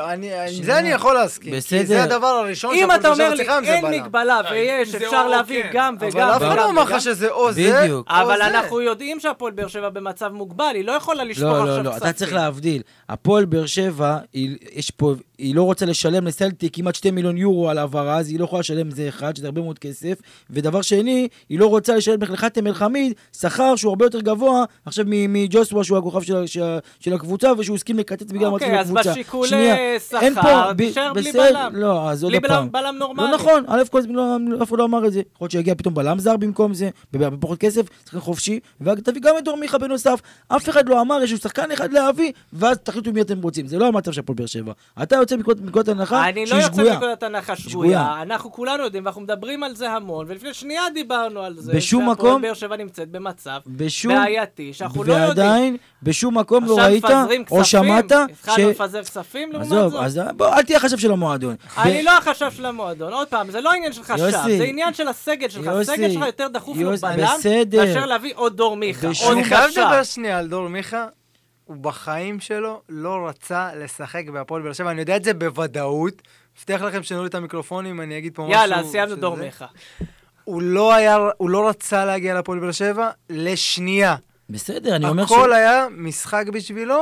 זה אני יכול להסכים. כי זה הדבר הראשון אם אתה אומר לי, אין מגבלה ויש, אפשר להביא גם וגם. אבל אף אחד לא אומר לך שזה או זה, או זה. אבל אנחנו יודעים שהפועל באר שבע במצב מוגבל, היא לא יכולה לשפור עכשיו כספים. לא, לא, אתה צריך להבדיל. הפועל באר שבע, יש פה, היא לא רוצה לשלם לסלטיק כמעט שתי מיליון יורו על העברה, אז היא לא יכולה לשלם זה אחד, שזה הרבה מאוד כסף. ודבר שני, היא לא רוצה לשלם לחתם אל-חמיד, שכר שהוא הרבה יותר גבוה, עכשיו מג'וסווה שהוא הכוכב של הקבוצה, ושהוא הסכים לקצץ בגלל מצב הקבוצה. אוקיי, אז בשיקולי שכר, תישאר בלי בלם. לא, אז עוד בלי פעם. בלם נורמלי. לא נכון, א' כל זה אף אחד לא אמר את זה. יכול להיות שיגיע פתאום בלם זר במקום זה, בפחות כסף, שחקן חופשי, ותביא גם את דור מיכה בנוסף. אף אחד לא אמר, יש שחקן אחד להביא, ואז תחליטו מי אתם רוצים. זה לא המצב של הפועל באר שבע. אתה יוצא מנקודת הנחה שהיא שגויה. אני לא יוצא מנקודת הנחה שגויה. אנחנו כולנו יודעים, ואנחנו מדברים על זה המון, ולפני שנייה דיברנו על זה. בשום מקום. שהפועל באר שבע נמצאת במצב בעייתי, שאנחנו לא יודעים. ועדיין, בשום מקום לא ראית או שמעת התחלנו לפזר כספים לעומת זאת. אז בוא, אל תהיה חשב של המועדון. אני לא החשב של המועדון. עוד פעם, זה לא עניין של חשב, זה עניין של הסגל שלך. הסגל שלך יותר דחוף לו בלם, מאשר להביא עוד דור מיכה. אני חייב לדבר שנייה על דור מיכה. הוא בחיים שלו לא רצה לשחק בהפועל באר שבע. אני יודע את זה בוודאות. מבטיח לכם שנוריד את המיקרופונים, אני אגיד פה משהו. יאללה, סיימנו דור מיכה. הוא לא היה, הוא לא רצה להגיע להפועל באר שבע לשנייה. בסדר, אני אומר ש... הכל היה משחק בשבילו,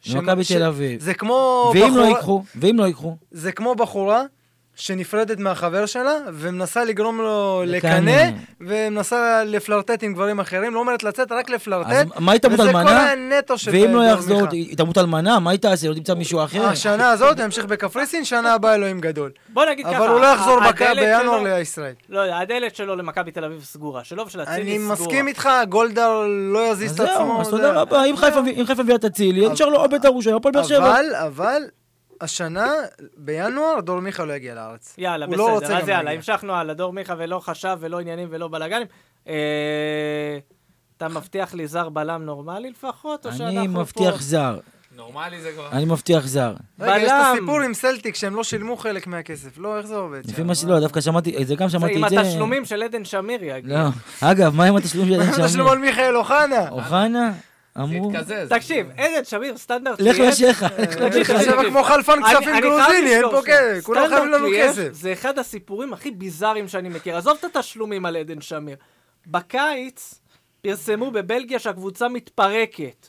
ממכבי תל אביב. זה כמו ואם בחורה... לא ייקחו, ואם לא ייקחו. זה כמו בחורה שנפרדת מהחבר שלה, ומנסה לגרום לו לקנא. לקנא, ומנסה לפלרטט עם גברים אחרים, לא אומרת לצאת, רק לפלרטט. אז מה היא תמות על וזה כל מנה? הנטו של... ואם לא דור יחזור, מיכה. היא תמות על מנה? מה היא תעשה? לא תמצא מישהו אחר? השנה הזאת ימשיך בקפריסין, שנה הבאה אלוהים גדול. בוא נגיד ככה. אבל הוא לא יחזור ה- בקה הדלת בינואר שלו- לישראל. לא, הדלת שלו למכבי תל אביב סגורה, שלו ושל אצילי אני סגורה. מסכים איתך, גולדהר לא יזיז אז את עצמו. זהו, אז זה- תודה רבה. אם חיפה- אם חיפה מביאה את אצילי, נשאר לו או בית"ר ירושלים או הפועל באר שבע. אבל, אבל, השנה, בינואר, דור מיכה לא יגיע לארץ. יאללה, הוא לא רוצה בסדר, אז גם יאללה, להגיע. המשכנו הלאה, דור מיכה ולא חשב ולא עניינים ולא בלאגנים. אה, אתה מבטיח לי זר בלם נורמלי לפחות, או שאנחנו פה... אני מבטיח זר. נורמלי זה כבר... אני מבטיח זר. רגע, יש את בלם. הסיפור עם סלטיק שהם לא שילמו חלק מהכסף. לא, איך זה עובד? לפי שם? מה שלא, דווקא שמעתי, זה גם זה שמעתי עם את זה. התשלומים של עדן שמיר יגיע. לא. אגב, מה עם התשלומים של עדן תשלום שמיר? על מיכאל אוחנה. אוחנה? זה אמרו, התקזז. תקשיב, עדן שמיר, סטנדרט לך קליאט, לשייך. תקשיב, זה תקשיב. כמו חלפן אני- כספים אני חייב גרוזיני, אין לזכור פה שנייה. כסף. כולם סטנדרט חייבים לנו קליאט כסף. זה אחד הסיפורים הכי ביזאריים שאני מכיר. עזוב את התשלומים על עדן שמיר. בקיץ פרסמו בבלגיה שהקבוצה מתפרקת.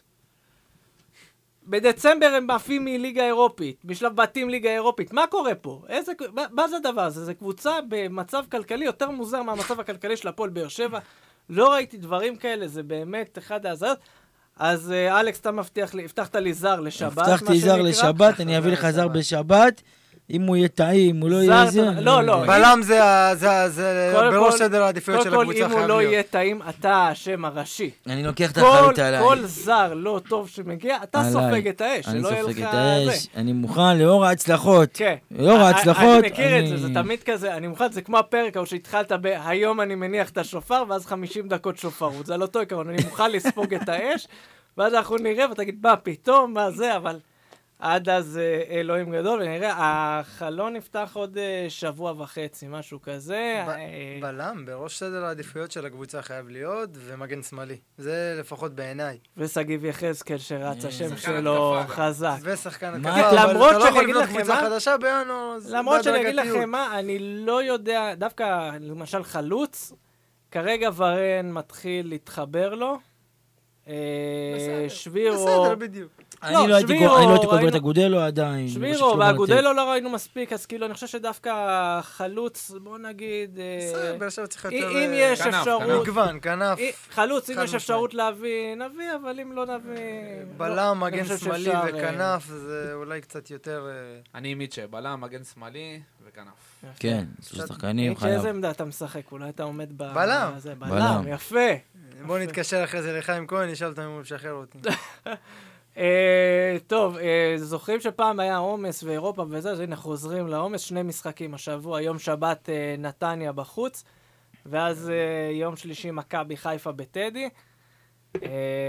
בדצמבר הם עפים מליגה אירופית, בשלב בתים ליגה אירופית. מה קורה פה? איזה, מה, מה זה הדבר הזה? זו קבוצה במצב כלכלי יותר מוזר מהמצב הכלכלי של הפועל באר שבע. לא ראיתי דברים כאלה, זה באמת אחד ההזיות. אז אה, אלכס, אתה מבטיח לי, הבטחת לי זר לשבת, מה הבטחתי זר שנקרא. לשבת, אני אביא לך זר בשבת. אם הוא יהיה טעים, הוא לא יהיה זר, זה. אתה- לא, לא. בלם זה ה- זה- זה קודם בראש כל- סדר העדיפויות של קודם כל, הקבוצה אם הוא חייב לא להיות. יהיה טעים, אתה האשם הראשי. אני לוקח את כל, האחריות עליי. כל זר לא טוב שמגיע, אתה עליי. סופג את האש, אני שלא יהיה סופג לך את האש, זה. אני מוכן לאור ההצלחות. כן. לאור אני- ההצלחות, אני מכיר את אני- זה, זה תמיד כזה, אני מוכן, זה כמו הפרק ההוא שהתחלת ב... היום אני מניח את השופר, ואז חמישים דקות שופרות. זה על אותו עיקרון, אני מוכן לספוג את האש, ואז אנחנו נראה ותגיד, מה פתאום, מה זה, אבל עד אז אה, אלוהים גדול, ונראה, החלון נפתח עוד אה, שבוע וחצי, משהו כזה. ב- אה, בלם, בראש סדר העדיפויות של הקבוצה חייב להיות, ומגן שמאלי. זה לפחות בעיניי. ושגיב יחזקאל שרץ, השם שחקן שלו התקפה גם. חזק. ושחקן מה, התקפה, אבל למרות אתה לא שאני יכול אגיד לבנות לכם קבוצה מה, חדשה בינואר, אז למרות שאני אגיד בהדרגתיות. לכם מה, אני לא יודע, דווקא למשל חלוץ, כרגע ורן מתחיל להתחבר לו. אה, בסדר. שבירו, בסדר, בדיוק. אני לא, לא הייתי שבירו, קו- אני לא הייתי קובר את ראינו- אגודלו עדיין. שבירו ואגודלו לא ראינו מספיק, אז כאילו אני חושב שדווקא חלוץ, בוא נגיד, אה, בסדר, באר שבע צריך אם יותר... אם אה, יש כנף, אפשרות, כנף. מגוון, כנף. אה, חלוץ, אם חד יש משמעית. אפשרות להביא, נביא, אבל אם לא נביא... בלם, לא, מגן אני חושב שמאלי שאפשר, אה, וכנף, זה אולי קצת יותר... אה, אני עם מיטשה, בלם, מגן שמאלי וכנף. כן, שלושה שחקנים מיץ', חייב. איזה עמדה אתה משחק? אולי אתה עומד ב... בלם. זה, בלם. בלם, יפה. בוא נתקשר אחרי זה לחיים כהן, נשאל אותו אם הוא משחרר אותי. אה, טוב, אה, זוכרים שפעם היה עומס ואירופה וזה, אז הנה חוזרים לעומס, שני משחקים השבוע, יום שבת אה, נתניה בחוץ, ואז אה, יום שלישי מכבי חיפה בטדי. אה,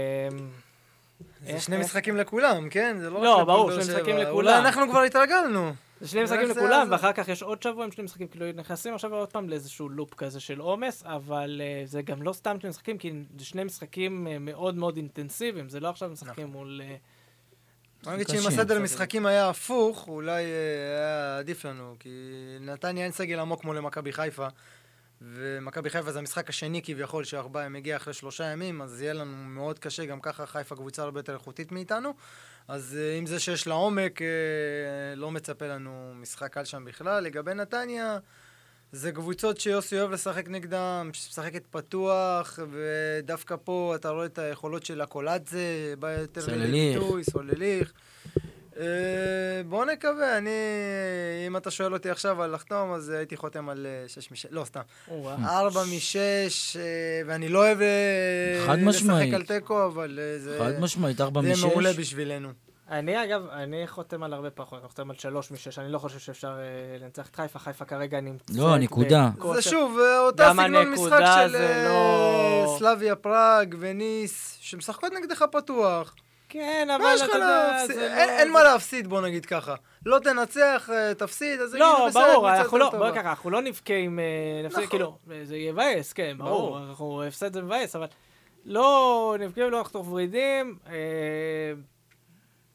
זה איך- שני איך? משחקים לכולם, כן? זה לא לא, רק לפועל ברור, באר שני שבע. משחקים לכולם. אולי אנחנו כבר התרגלנו. זה שני משחקים איך זה לכולם, יעזור? ואחר כך יש עוד שבוע עם שני משחקים, כאילו נכנסים עכשיו עוד פעם לאיזשהו לופ כזה של עומס, אבל uh, זה גם לא סתם שני משחקים, כי זה שני משחקים uh, מאוד מאוד אינטנסיביים, זה לא עכשיו משחקים מול... Uh, בוא נגיד קשים. שאם הסדר משחקים היה הפוך, אולי אה, היה עדיף לנו, כי נתניה אין סגל עמוק כמו למכבי חיפה, ומכבי חיפה זה המשחק השני כביכול שארבעה מגיע אחרי שלושה ימים, אז יהיה לנו מאוד קשה, גם ככה חיפה קבוצה הרבה יותר איכותית מאיתנו, אז אה, עם זה שיש לה עומק, אה, לא מצפה לנו משחק קל שם בכלל. לגבי נתניה, זה קבוצות שיוסי אוהב לשחק נגדם, משחקת פתוח, ודווקא פה אתה רואה את היכולות של הקולאצה, בא יותר סולליך. לידי ביטוי, סולליך. אה, בוא נקווה, אני, אם אתה שואל אותי עכשיו על לחתום, אז הייתי חותם על אה, שש משש, לא סתם, וואו. ארבע משש, אה, ואני לא אוהב אה, חד משמעית. לשחק על תיקו, אבל אה, זה חד משמעית, ארבע זה משש. מעולה בשבילנו. אני אגב, אני חותם על הרבה פחות, אני חותם על שלוש משש, אני לא חושב שאפשר uh, לנצח את חיפה, חיפה כרגע נמצאת... לא, נקודה. בכושר. זה שוב, אה, אותה גם סגנון הנקודה משחק של זה אה, לא- סלאביה פראג וניס, שמשחקות נגדך פתוח. כן, מה אבל יש לך אתה יודע, להפסיד? זה אין לא... אין מה להפסיד, בוא נגיד ככה. לא תנצח, אה, תפסיד, אז לא, יגידו בסדר, ברור, קבוצה אנחנו יותר לא, בוא טובה. ככה, אנחנו לא נבכה עם... אה, נפסיד, נכון. כאילו, זה יבאס, כן, ברור, ברור. אנחנו הפסד זה מבאס, אבל לא נבכה ולא נחטוף ורידים. אה,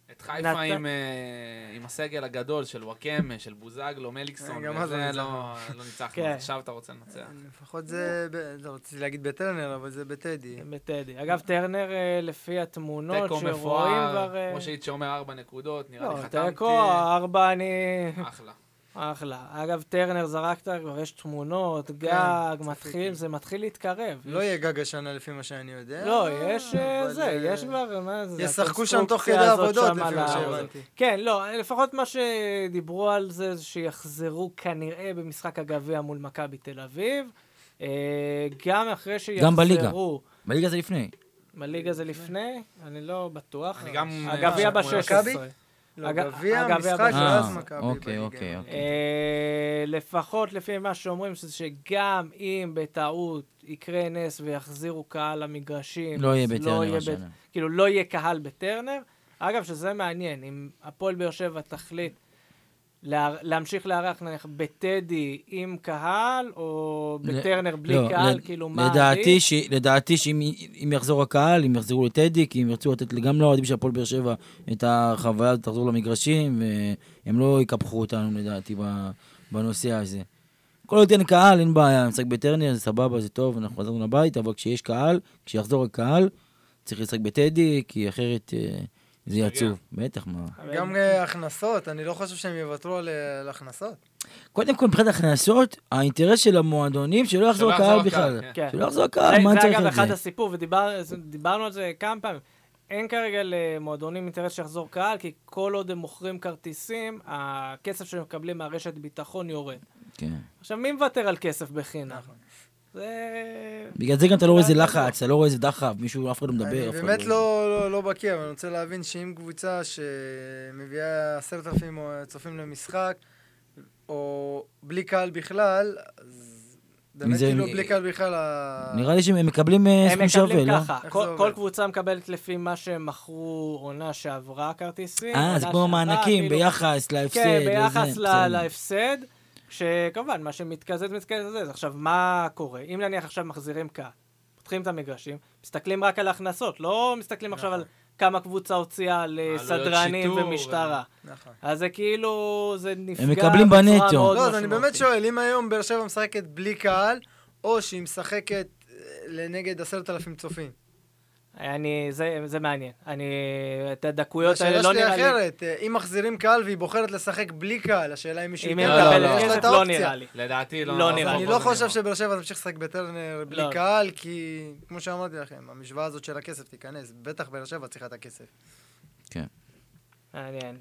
את חיפה עם הסגל הגדול של וואקמה, של בוזגלו, מליקסון, וזה לא ניצחנו. עכשיו אתה רוצה לנצח. לפחות זה, לא רציתי להגיד בטרנר, אבל זה בטדי. בטדי. אגב, טרנר, לפי התמונות תיקו שרואים מפואר, כבר... כמו שהיית שאומר ארבע נקודות, נראה לי לא, חתמתי. תיקו, ארבע אני... אחלה. אחלה. אגב, טרנר זרקת, כבר יש תמונות, גג, מתחיל, זה מתחיל להתקרב. לא יהיה גג השנה לפי מה שאני יודע. לא, יש זה, יש כבר, מה זה? ישחקו שם תוך כדי עבודות לפי מה שהבנתי. כן, לא, לפחות מה שדיברו על זה, זה שיחזרו כנראה במשחק הגביע מול מכבי תל אביב. גם אחרי שיחזרו... גם בליגה. בליגה זה לפני. בליגה זה לפני? אני לא בטוח. אני גם... הגביע ב-שש עשרה. לא, גביע, משחק, ואז מכבי אוקיי, אוקיי, אוקיי. לפחות לפי מה שאומרים, שגם אם בטעות יקרה נס ויחזירו קהל למגרשים, לא יהיה בטרנר השנה. כאילו לא יהיה קהל בטרנר. אגב, שזה מעניין, אם הפועל באר שבע תחליט להמשיך לארח נניח בטדי עם קהל, או בטרנר בלי קהל, כאילו מה... לדעתי שאם יחזור הקהל, אם יחזרו לטדי, כי אם ירצו לתת גם לאוהדים של הפועל באר שבע את החוויה, תחזור למגרשים, והם לא יקפחו אותנו לדעתי בנושא הזה. כל עוד אין קהל, אין בעיה, משחק בטרנר, זה סבבה, זה טוב, אנחנו חזרנו לבית, אבל כשיש קהל, כשיחזור הקהל, צריך לשחק בטדי, כי אחרת... זה יעצוב, בטח מה. גם הכנסות, אני לא חושב שהם יוותרו על הכנסות. קודם כל, מבחינת הכנסות, האינטרס של המועדונים שלא יחזור הקהל בכלל. שלא יחזור הקהל, מה צריך את זה? זה אגב אחד הסיפור, ודיברנו על זה כמה פעמים. אין כרגע למועדונים אינטרס שיחזור קהל, כי כל עוד הם מוכרים כרטיסים, הכסף שהם מקבלים מהרשת ביטחון יורד. עכשיו, מי מוותר על כסף בחינם? בגלל זה גם אתה לא רואה איזה לחץ, אתה לא רואה איזה דחף, מישהו אף אחד לא מדבר. אני באמת לא בקיא, אבל אני רוצה להבין שאם קבוצה שמביאה עשרת אלפים צופים למשחק, או בלי קהל בכלל, אז באמת כאילו בלי קהל בכלל... נראה לי שהם מקבלים סכום שווה, לא? הם מקבלים ככה, כל קבוצה מקבלת לפי מה שהם מכרו עונה שעברה כרטיסים. אה, זה כמו מענקים ביחס להפסד. כן, ביחס להפסד. שכמובן, מה שמתקזז, מתקזז. עכשיו, מה קורה? אם נניח עכשיו מחזירים קהל, פותחים את המגרשים, מסתכלים רק על ההכנסות, לא מסתכלים עכשיו על כמה קבוצה הוציאה לסדרנים ומשטרה. אז זה כאילו, זה נפגע... הם מקבלים בנטו. לא, אז אני באמת שואל, אם היום באר שבע משחקת בלי קהל, או שהיא משחקת לנגד עשרת אלפים צופים. אני, זה, זה מעניין. אני, את הדקויות האלה לא נראה לי... השאלה שלי אחרת, אם מחזירים קהל והיא בוחרת לשחק בלי קהל, השאלה אם מישהו... אם היא מקבלת כסף, לא נראה לי. לדעתי לא. לא נראה לי. אני לא חושב שבאר שבע תמשיך לשחק בטרנר בלי קהל, כי כמו שאמרתי לכם, המשוואה הזאת של הכסף תיכנס. בטח באר שבע צריכה את הכסף. כן. מעניין.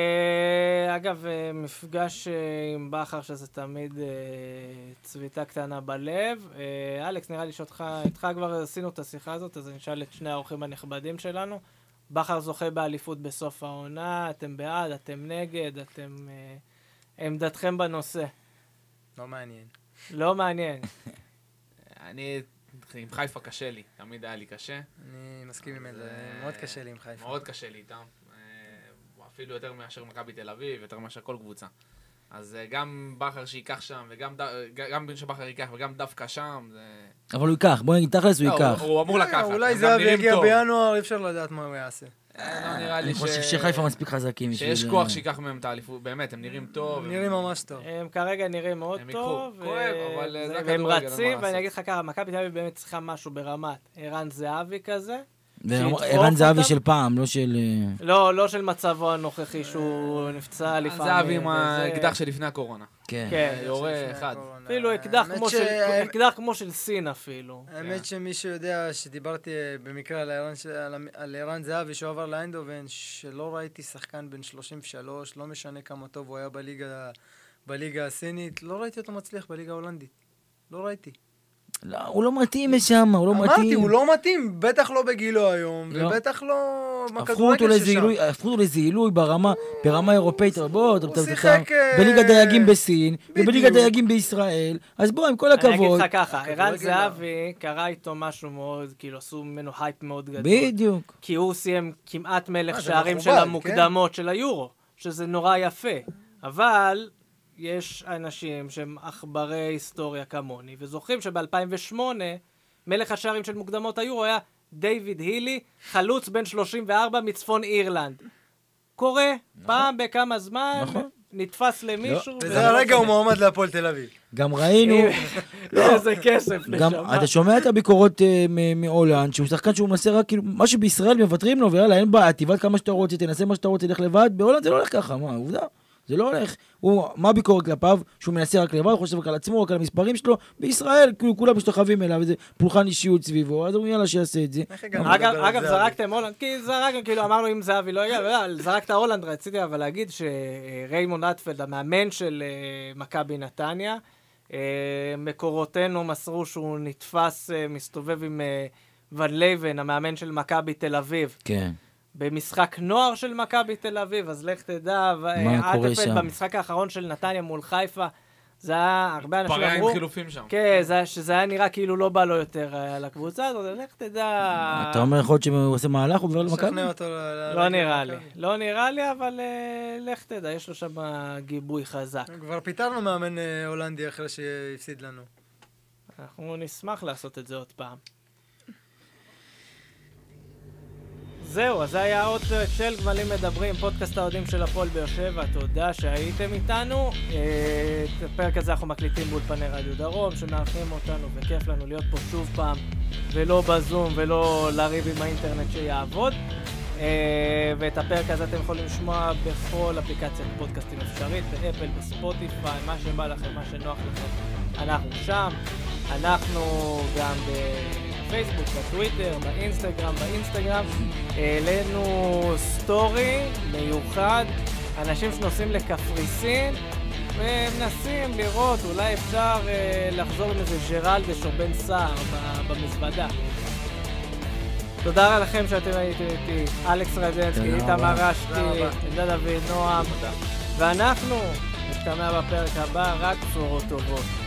אגב, מפגש עם בכר שזה תמיד צביטה קטנה בלב. אלכס, נראה לי שאותך, איתך כבר עשינו את השיחה הזאת, אז אני אשאל את שני האורחים הנכבדים שלנו. בכר זוכה באליפות בסוף העונה, אתם בעד, אתם נגד, אתם... עמדתכם בנושא. לא מעניין. לא מעניין. אני... עם חיפה קשה לי, תמיד היה לי קשה. אני מסכים עם זה, מאוד קשה לי עם חיפה. מאוד קשה לי איתם. אפילו יותר מאשר מכבי תל אביב, יותר מאשר כל קבוצה. אז גם בכר שיקח שם, וגם גם שבכר ייקח, וגם דווקא שם, זה... אבל הוא ייקח, בוא נגיד, תכלס הוא ייקח. הוא אמור לקחת. אולי זה יגיע בינואר, אי אפשר לדעת מה הוא יעשה. לא נראה לי ש... אני חושב שחיפה מספיק חזקים. שיש כוח שיקח מהם את האליפות, באמת, הם נראים טוב. הם נראים ממש טוב. הם כרגע נראים מאוד טוב. כואב, אבל זה הכדורגל. והם רצים, ואני אגיד לך ככה, מכבי תל אביב באמת צריכה משהו ברמת ערן זהבי כזה. ערן זהבי של פעם, לא של... לא, לא של מצבו הנוכחי שהוא נפצע לפעמים. זהבי עם האקדח שלפני הקורונה. כן. יורה אחד. אפילו אקדח כמו של סין אפילו. האמת שמי שיודע שדיברתי במקרה על ערן זהבי שהוא עבר לאיינדהובן, שלא ראיתי שחקן בן שלושים ושלוש, לא משנה כמה טוב הוא היה בליגה הסינית, לא ראיתי אותו מצליח בליגה ההולנדית. לא ראיתי. לא, הוא לא מתאים לשם, הוא לא מתאים. אמרתי, הוא לא מתאים, בטח לא בגילו היום, ובטח לא... הפכו אותו לזעילוי ברמה, ברמה אירופאית, בוא, הוא שיחק... בליגה דייגים בסין, ובליגה דייגים בישראל, אז בוא, עם כל הכבוד. אני אגיד לך ככה, ערן זהבי קרא איתו משהו מאוד, כאילו עשו ממנו הייפ מאוד גדול. בדיוק. כי הוא סיים כמעט מלך שערים של המוקדמות של היורו, שזה נורא יפה. אבל... יש אנשים שהם אכברי היסטוריה כמוני, וזוכרים שב-אלפיים ושמונה מלך השערים של מוקדמות היורו היה דיוויד הילי, חלוץ בן שלושים וארבע מצפון אירלנד. קורה, פעם בכמה זמן, נכון. נתפס למישהו. וזה הרגע הוא מועמד להפועל תל אביב. גם ראינו... איזה כסף גם, לשמה. אתה שומע את הביקורות uh, מהולנד, שהוא שחקן שהוא מנסה רק, כאילו, מה שבישראל מבטרים לו, ויאללה, אין בעיה, תבעט כמה שאתה רוצה, תנסה מה שאתה רוצה, תלך לבד, בהולנד זה לא הולך ככה, מה, עובדה, זה לא הולך. הוא, מה הביקורת כלפיו? שהוא מנסה רק לבד, הוא חושב רק על עצמו, רק על המספרים שלו, בישראל, כאילו, כולם משתחווים אליו, איזה פולחן אישיות סביבו, אז הוא יאללה שיעשה את זה. אגב, אגב, זרקתם הולנד, כי זרקנו, כאילו, אמרנו אם זהבי לא הגיע, זרקת הולנד, רציתי אבל להגיד שריימונד אטפלד, המאמן של מכבי נתניה, מקורותינו מסרו שהוא נתפס, מסתובב עם ון לייבן, המאמן של מכבי תל אביב. כן. במשחק נוער של מכבי תל אביב, אז לך תדע, מה קורה שם? במשחק האחרון של נתניה מול חיפה, זה היה, הרבה אנשים אמרו... פריה עם חילופים שם. כן, זה, שזה היה נראה כאילו לא בא לו יותר על הקבוצה הזאת, אז לך תדע... אתה אומר יכול להיות שהוא עושה מהלך, הוא עובר למכבי? שכנע אותו ל... לא נראה לי, לא נראה לי, אבל לך תדע, יש לו שם גיבוי חזק. כבר פיתרנו מאמן הולנדי אחרי שהפסיד לנו. אנחנו נשמח לעשות את זה עוד פעם. זהו, אז זה היה עוד פרק של גמלים מדברים, פודקאסט האוהדים של הפועל באר שבע, תודה שהייתם איתנו. את הפרק הזה אנחנו מקליטים באולפני רדיו דרום, שמארחים אותנו, וכיף לנו להיות פה שוב פעם, ולא בזום, ולא לריב עם האינטרנט שיעבוד. ואת הפרק הזה אתם יכולים לשמוע בכל אפליקציית פודקאסטים אפשרית, באפל, בספוטיפיי, מה שבא לכם, מה שנוח לכם. אנחנו שם, אנחנו גם בפייסבוק, בטוויטר, באינסטגרם, באינסטגרם. העלינו סטורי מיוחד, אנשים שנוסעים לקפריסין, ומנסים לראות, אולי אפשר לחזור עם איזה ג'רלדש או בן סער במזוודה. תודה לכם שאתם הייתם איתי, אלכס רדנסקי, איתמר רשתי, אלדד אבי, נועם, ואנחנו נשתמע בפרק הבא, רק בשורות טובות.